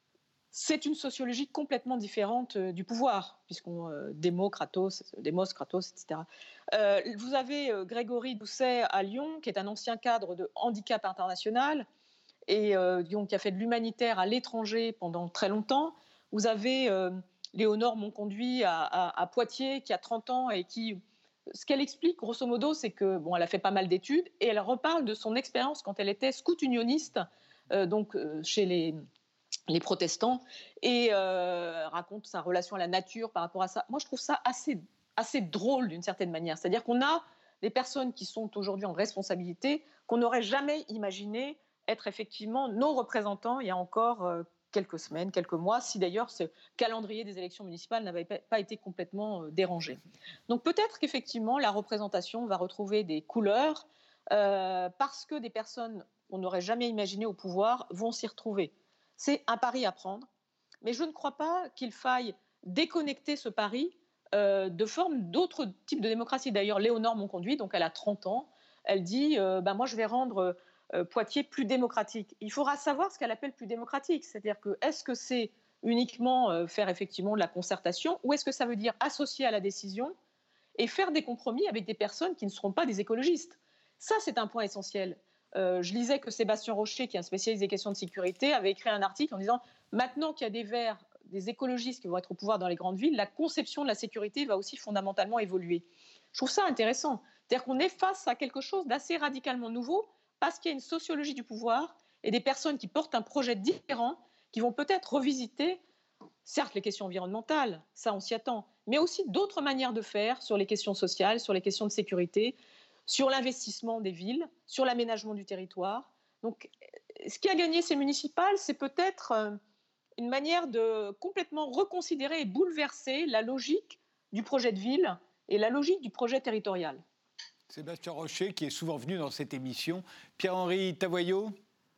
c'est une sociologie complètement différente euh, du pouvoir, puisqu'on euh, démo, Kratos, démos, Kratos, et cetera. Euh, vous avez euh, Grégory Doucet à Lyon, qui est un ancien cadre de handicap international et euh, donc, qui a fait de l'humanitaire à l'étranger pendant très longtemps. Vous avez euh, Léonore Monconduit à, à, à Poitiers, qui a trente ans et qui... Ce qu'elle explique, grosso modo, c'est que bon, elle a fait pas mal d'études et elle reparle de son expérience quand elle était scout unioniste, euh, donc euh, chez les... les protestants, et euh, raconte sa relation à la nature par rapport à ça. Moi, je trouve ça assez, assez drôle d'une certaine manière. C'est-à-dire qu'on a des personnes qui sont aujourd'hui en responsabilité qu'on n'aurait jamais imaginé être effectivement nos représentants il y a encore euh, quelques semaines, quelques mois, si d'ailleurs ce calendrier des élections municipales n'avait pas été complètement euh, dérangé. Donc peut-être qu'effectivement la représentation va retrouver des couleurs euh, parce que des personnes qu'on n'aurait jamais imaginées au pouvoir vont s'y retrouver. C'est un pari à prendre, mais je ne crois pas qu'il faille déconnecter ce pari euh, de forme d'autres types de démocratie. D'ailleurs, Léonore Monconduit, donc elle a trente ans, elle dit euh, ben moi je vais rendre euh, Poitiers plus démocratique. Il faudra savoir ce qu'elle appelle plus démocratique, c'est-à-dire que est-ce que c'est uniquement euh, faire effectivement de la concertation ou est-ce que ça veut dire associer à la décision et faire des compromis avec des personnes qui ne seront pas des écologistes. Ça, c'est un point essentiel. Euh, je lisais que Sébastien Rocher, qui est un spécialiste des questions de sécurité, avait écrit un article en disant « Maintenant qu'il y a des Verts, des écologistes qui vont être au pouvoir dans les grandes villes, la conception de la sécurité va aussi fondamentalement évoluer. » Je trouve ça intéressant. C'est-à-dire qu'on est face à quelque chose d'assez radicalement nouveau parce qu'il y a une sociologie du pouvoir et des personnes qui portent un projet différent qui vont peut-être revisiter, certes, les questions environnementales, ça on s'y attend, mais aussi d'autres manières de faire sur les questions sociales, sur les questions de sécurité, sur l'investissement des villes, sur l'aménagement du territoire. Donc, ce qui a gagné ces municipales, c'est peut-être une manière de complètement reconsidérer et bouleverser la logique du projet de ville et la logique du projet territorial. Sébastien Rocher, qui est souvent venu dans cette émission. Pierre-Henri Tavoyot.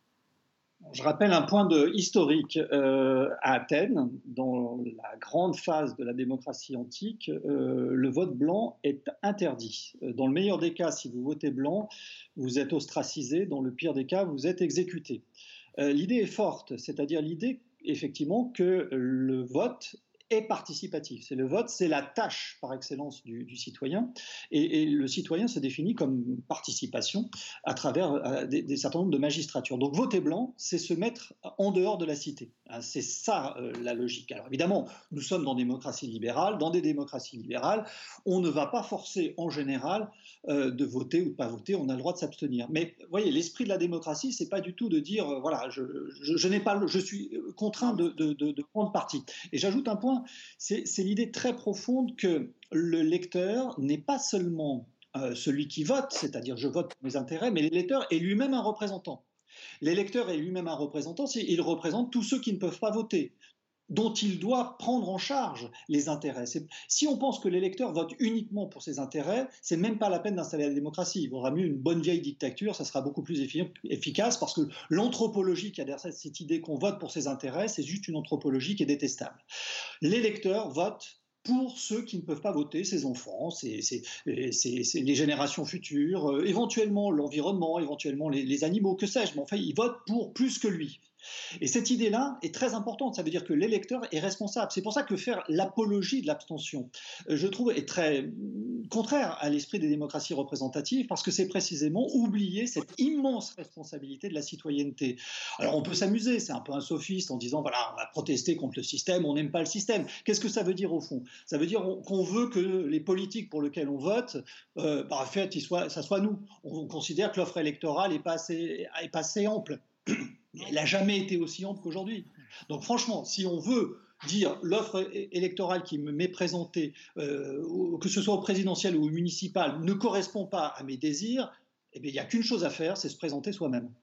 Je rappelle un point de historique. Euh, à Athènes, dans la grande phase de la démocratie antique, euh, le vote blanc est interdit. Dans le meilleur des cas, si vous votez blanc, vous êtes ostracisé. Dans le pire des cas, vous êtes exécuté. Euh, l'idée est forte, c'est-à-dire l'idée, effectivement, que le vote est participatif. C'est le vote, c'est la tâche par excellence du, du citoyen. Et, et le citoyen se définit comme participation à travers euh, des, des certain nombre de magistratures. Donc voter blanc, c'est se mettre en dehors de la cité. Hein, c'est ça euh, la logique. Alors évidemment, nous sommes dans des démocraties libérales. Dans des démocraties libérales, on ne va pas forcer en général euh, de voter ou de pas voter. On a le droit de s'abstenir. Mais vous voyez, l'esprit de la démocratie, c'est pas du tout de dire euh, voilà, je, je, je n'ai pas, je suis contraint de, de, de, de prendre parti. Et j'ajoute un point. C'est, c'est l'idée très profonde que le lecteur n'est pas seulement euh, celui qui vote, c'est-à-dire je vote pour mes intérêts, mais l'électeur est lui-même un représentant. L'électeur est lui-même un représentant, il représente tous ceux qui ne peuvent pas voter, dont il doit prendre en charge les intérêts. C'est, si on pense que l'électeur vote uniquement pour ses intérêts, c'est même pas la peine d'installer la démocratie. Il vaudra mieux une bonne vieille dictature, ça sera beaucoup plus efficace, parce que l'anthropologie qui a derrière cette idée qu'on vote pour ses intérêts, c'est juste une anthropologie qui est détestable. L'électeur vote pour ceux qui ne peuvent pas voter, ses enfants, ses, ses, ses, ses, les générations futures, euh, éventuellement l'environnement, éventuellement les, les animaux, que sais-je, mais enfin, il vote pour plus que lui. Et cette idée-là est très importante, ça veut dire que l'électeur est responsable. C'est pour ça que faire l'apologie de l'abstention, je trouve, est très contraire à l'esprit des démocraties représentatives, parce que c'est précisément oublier cette immense responsabilité de la citoyenneté. Alors on peut s'amuser, c'est un peu un sophiste en disant, voilà, on va protester contre le système, on n'aime pas le système. Qu'est-ce que ça veut dire au fond ? Ça veut dire qu'on veut que les politiques pour lesquels on vote, euh, bah, en fait, ils soient, ça soit nous. On considère que l'offre électorale n'est pas assez, est pas assez ample. Elle n'a jamais été aussi ample qu'aujourd'hui. Donc franchement, si on veut dire l'offre électorale qui m'est présentée, euh, que ce soit au présidentiel ou au municipal, ne correspond pas à mes désirs, eh bien, il n'y a qu'une chose à faire, c'est se présenter soi-même.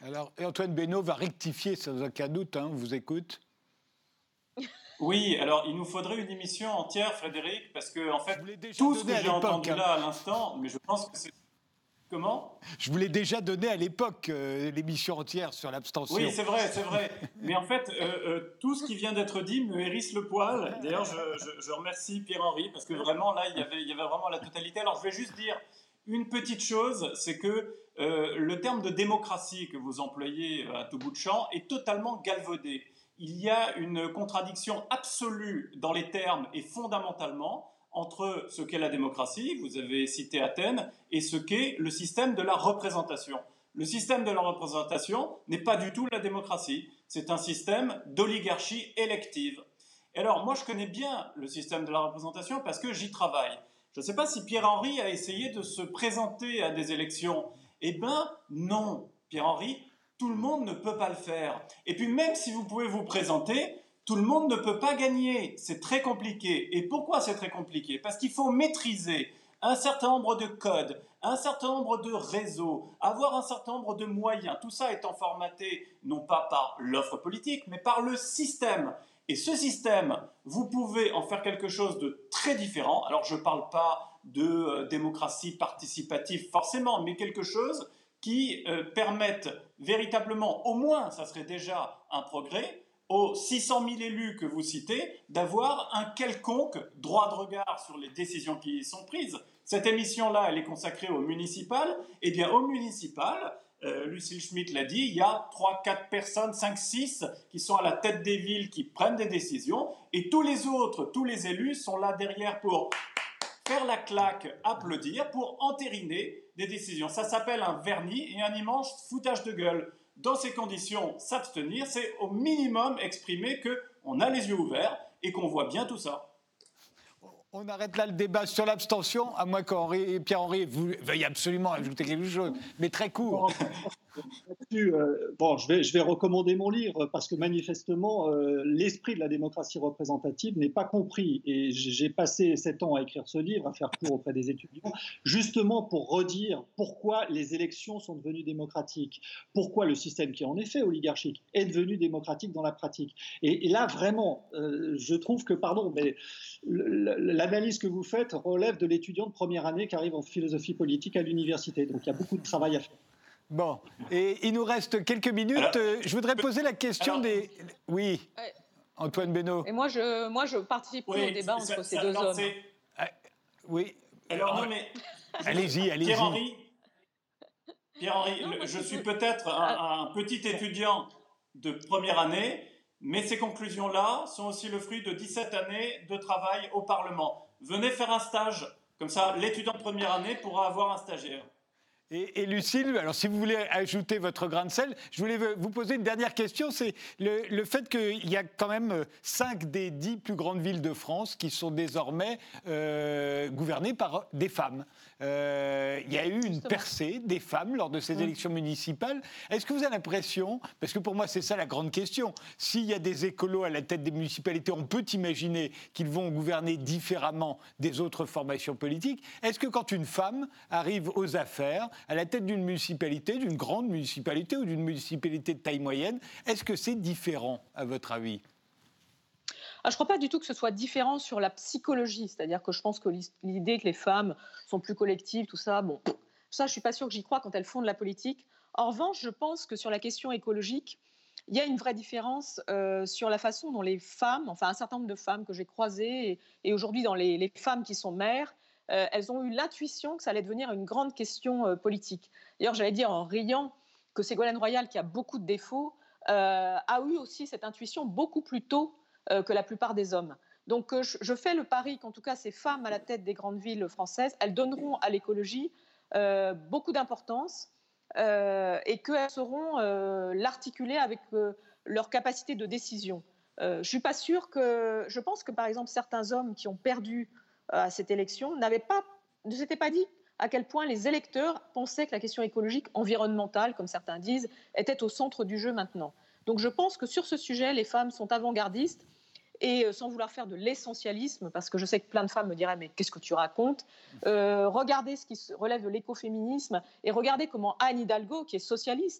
Alors, et Antoine Beynaud va rectifier sans aucun doute, hein, on vous écoute. Oui, alors il nous faudrait une émission entière, Frédéric, parce que en fait, Je vous l'ai déjà tout ce donné que à j'ai l'époque, entendu hein. là à l'instant, mais je pense que c'est... Comment ? Je vous l'ai déjà donné à l'époque, euh, l'émission entière sur l'abstention. Oui, c'est vrai, c'est vrai. Mais en fait, euh, euh, tout ce qui vient d'être dit me hérisse le poil. D'ailleurs, je, je- je remercie Pierre-Henri, parce que vraiment, là, il y avait, il y avait vraiment la totalité. Alors, je vais juste dire une petite chose, c'est que euh, le terme de démocratie que vous employez à tout bout de champ est totalement galvaudé. Il y a une contradiction absolue dans les termes et fondamentalement entre ce qu'est la démocratie, vous avez cité Athènes, et ce qu'est le système de la représentation. Le système de la représentation n'est pas du tout la démocratie, c'est un système d'oligarchie élective. Et alors, moi, je connais bien le système de la représentation parce que j'y travaille. Je ne sais pas si Pierre-Henri a essayé de se présenter à des élections. Eh bien, non, Pierre-Henri, tout le monde ne peut pas le faire. Et puis, même si vous pouvez vous présenter, tout le monde ne peut pas gagner. C'est très compliqué. Et pourquoi c'est très compliqué ? Parce qu'il faut maîtriser un certain nombre de codes, un certain nombre de réseaux, avoir un certain nombre de moyens. Tout ça étant formaté non pas par l'offre politique, mais par le système. Et ce système, vous pouvez en faire quelque chose de très différent. Alors, je ne parle pas de euh, démocratie participative forcément, mais quelque chose qui euh, permette véritablement, au moins, ça serait déjà un progrès, aux six cent mille élus que vous citez, d'avoir un quelconque droit de regard sur les décisions qui y sont prises. Cette émission-là, elle est consacrée au municipal. Eh bien, au municipal, euh, Lucille Schmitt l'a dit, il y a trois, quatre personnes, cinq, six qui sont à la tête des villes, qui prennent des décisions, et tous les autres, tous les élus sont là derrière pour faire la claque, applaudir, pour entériner des décisions. Ça s'appelle un vernis et un immense foutage de gueule. Dans ces conditions, s'abstenir, c'est au minimum exprimer qu'on a les yeux ouverts et qu'on voit bien tout ça. On arrête là le débat sur l'abstention, à moins que Pierre-Henri veuille absolument ajouter quelque chose, mais très court. Euh, bon, je vais, je vais recommander mon livre parce que manifestement, euh, l'esprit de la démocratie représentative n'est pas compris. Et j'ai passé sept ans à écrire ce livre, à faire cours auprès des étudiants, justement pour redire pourquoi les élections sont devenues démocratiques, pourquoi le système qui est en effet oligarchique est devenu démocratique dans la pratique. Et, et là, vraiment, euh, je trouve que, pardon, mais l'analyse que vous faites relève de l'étudiant de première année qui arrive en philosophie politique à l'université. Donc il y a beaucoup de travail à faire. Bon, et il nous reste quelques minutes. Alors, je voudrais poser la question alors, des... Oui, ouais. Antoine Beynaud. Et moi, je, moi, je participe oui, au débat entre ça, ces ça, deux hommes. Ah, oui. Alors, non, mais... Allez-y, allez-y. Pierre-Henri, Pierre-Henri non, je suis peut-être un, un petit étudiant de première année, mais ces conclusions-là sont aussi le fruit de dix-sept années de travail au Parlement. Venez faire un stage. Comme ça, l'étudiant de première année pourra avoir un stagiaire. Et, et Lucille, alors si vous voulez ajouter votre grain de sel, je voulais vous poser une dernière question. C'est le, le fait qu'il y a quand même cinq des dix plus grandes villes de France qui sont désormais euh, gouvernées par des femmes. Euh, il y a eu une percée des femmes lors de ces mmh. élections municipales. Est-ce que vous avez l'impression, parce que pour moi c'est ça la grande question, s'il y a des écolos à la tête des municipalités, on peut imaginer qu'ils vont gouverner différemment des autres formations politiques. Est-ce que quand une femme arrive aux affaires, à la tête d'une municipalité, d'une grande municipalité ou d'une municipalité de taille moyenne, est-ce que c'est différent à votre avis ? Ah, je ne crois pas du tout que ce soit différent sur la psychologie, c'est-à-dire que je pense que l'idée que les femmes sont plus collectives, tout ça, bon, ça je ne suis pas sûre que j'y crois quand elles font de la politique. En revanche, je pense que sur la question écologique, il y a une vraie différence euh, sur la façon dont les femmes, enfin un certain nombre de femmes que j'ai croisées, et, et aujourd'hui dans les, les femmes qui sont mères, euh, elles ont eu l'intuition que ça allait devenir une grande question euh, politique. D'ailleurs, j'allais dire en riant que Ségolène Royal, qui a beaucoup de défauts, euh, a eu aussi cette intuition beaucoup plus tôt euh, que la plupart des hommes. Donc euh, je, je fais le pari qu'en tout cas ces femmes à la tête des grandes villes françaises, elles donneront à l'écologie euh, beaucoup d'importance euh, et qu'elles sauront euh, l'articuler avec euh, leur capacité de décision. Euh, je ne suis pas sûre que... Je pense que par exemple certains hommes qui ont perdu euh, à cette élection n'avaient pas, ne s'étaient pas dit à quel point les électeurs pensaient que la question écologique, environnementale, comme certains disent, était au centre du jeu maintenant. Donc je pense que sur ce sujet, les femmes sont avant-gardistes et euh, sans vouloir faire de l'essentialisme, parce que je sais que plein de femmes me diraient « mais qu'est-ce que tu racontes ?» euh, Regardez ce qui relève de l'écoféminisme et regardez comment Anne Hidalgo, qui est socialiste,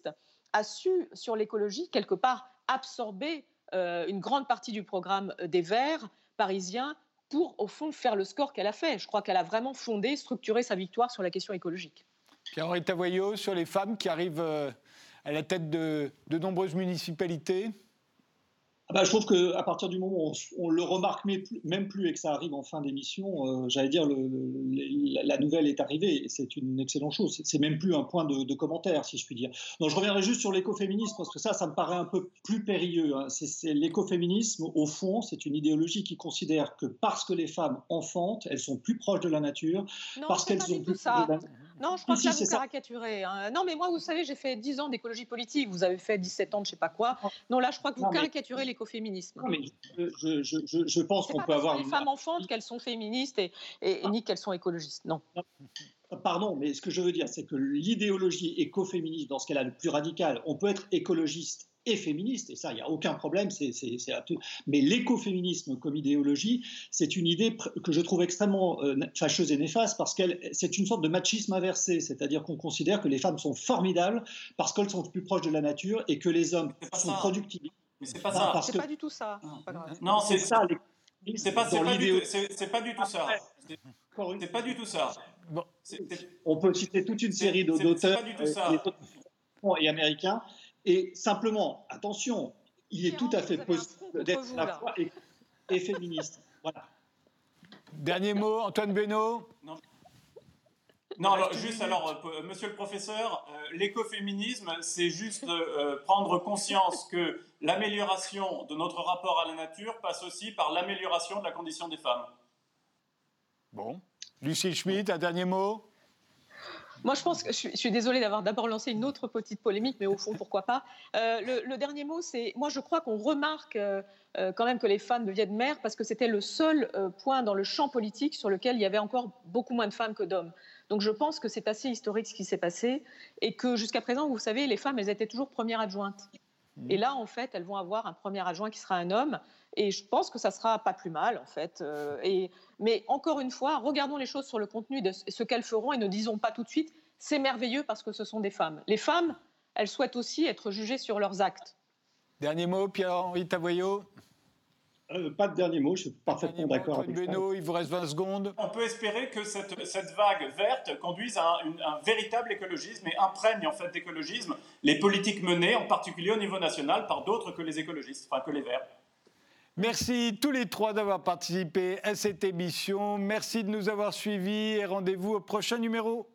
a su, sur l'écologie, quelque part, absorber euh, une grande partie du programme des Verts parisiens pour, au fond, faire le score qu'elle a fait. Je crois qu'elle a vraiment fondé, structuré sa victoire sur la question écologique. Pierre-Henri Tavoyot, sur les femmes qui arrivent euh, à la tête de, de nombreuses municipalités. Ah bah, je trouve qu'à partir du moment où on, on le remarque même plus et que ça arrive en fin d'émission, euh, j'allais dire, le, le, la nouvelle est arrivée et c'est une excellente chose. C'est, c'est même plus un point de, de commentaire, si je puis dire. Donc, je reviendrai juste sur l'écoféminisme parce que ça, ça me paraît un peu plus périlleux. Hein. C'est, c'est, l'écoféminisme, au fond, c'est une idéologie qui considère que parce que les femmes enfantent, elles sont plus proches de la nature, non, parce qu'elles sont plus proches de la nature. Non, je crois si, que là, si, vous caricaturez. Hein. Non, mais moi, vous savez, j'ai fait dix ans d'écologie politique. Vous avez fait dix-sept ans de je ne sais pas quoi. Non, là, je crois que vous non, caricaturez mais... l'écoféminisme. Non, mais je, je, je, je pense c'est qu'on peut avoir... C'est pas parce que les femmes enfantent qu'elles sont féministes et, et, et ni qu'elles sont écologistes. Non. Pardon, mais ce que je veux dire, c'est que l'idéologie écoféministe, dans ce qu'elle a de plus radical, on peut être écologiste et féministe, et ça, il n'y a aucun problème, c'est, c'est, c'est tout. Mais l'écoféminisme comme idéologie, c'est une idée que je trouve extrêmement euh, fâcheuse et néfaste, parce que c'est une sorte de machisme inversé, c'est-à-dire qu'on considère que les femmes sont formidables parce qu'elles sont plus proches de la nature et que les hommes sont ça. productifs. Mais c'est pas ça. Parce c'est que... pas du tout ça. C'est pas non, c'est, c'est ça. Les... C'est pas, c'est pas, du tout, c'est, c'est pas du tout ça. C'est, c'est pas du tout ça. Bon. C'est, c'est... On peut citer toute une série c'est, d'auteurs c'est pas du tout ça. et américains. Et simplement, attention, il est tout à fait possible d'être à la fois et, et féministe. Voilà. Dernier mot, Antoine Benoît. Non, non alors, juste alors, euh, monsieur le professeur, euh, l'écoféminisme, c'est juste euh, prendre conscience que l'amélioration de notre rapport à la nature passe aussi par l'amélioration de la condition des femmes. Bon. Lucie Schmitt, un dernier mot. Moi, je pense que je suis, je suis désolée d'avoir d'abord lancé une autre petite polémique, mais au fond, pourquoi pas. Euh, le, le dernier mot, c'est, moi, je crois qu'on remarque euh, euh, quand même que les femmes deviennent mères parce que c'était le seul euh, point dans le champ politique sur lequel il y avait encore beaucoup moins de femmes que d'hommes. Donc, je pense que c'est assez historique ce qui s'est passé et que jusqu'à présent, vous savez, les femmes, elles étaient toujours premières adjointes. Et là, en fait, elles vont avoir un premier adjoint qui sera un homme. Et je pense que ça ne sera pas plus mal, en fait. Euh, et, mais encore une fois, regardons les choses sur le contenu de ce qu'elles feront et ne disons pas tout de suite « c'est merveilleux parce que ce sont des femmes ». Les femmes, elles souhaitent aussi être jugées sur leurs actes. Dernier mot, Pierre-Henri Tavoyot. Euh, pas de dernier mot, je suis parfaitement d'accord avec ça. Benoît, il vous reste vingt secondes. On peut espérer que cette, cette vague verte conduise à un, une, un véritable écologisme et imprègne en fait d'écologisme les politiques menées, en particulier au niveau national, par d'autres que les écologistes, enfin que les Verts. Merci tous les trois d'avoir participé à cette émission. Merci de nous avoir suivis et rendez-vous au prochain numéro.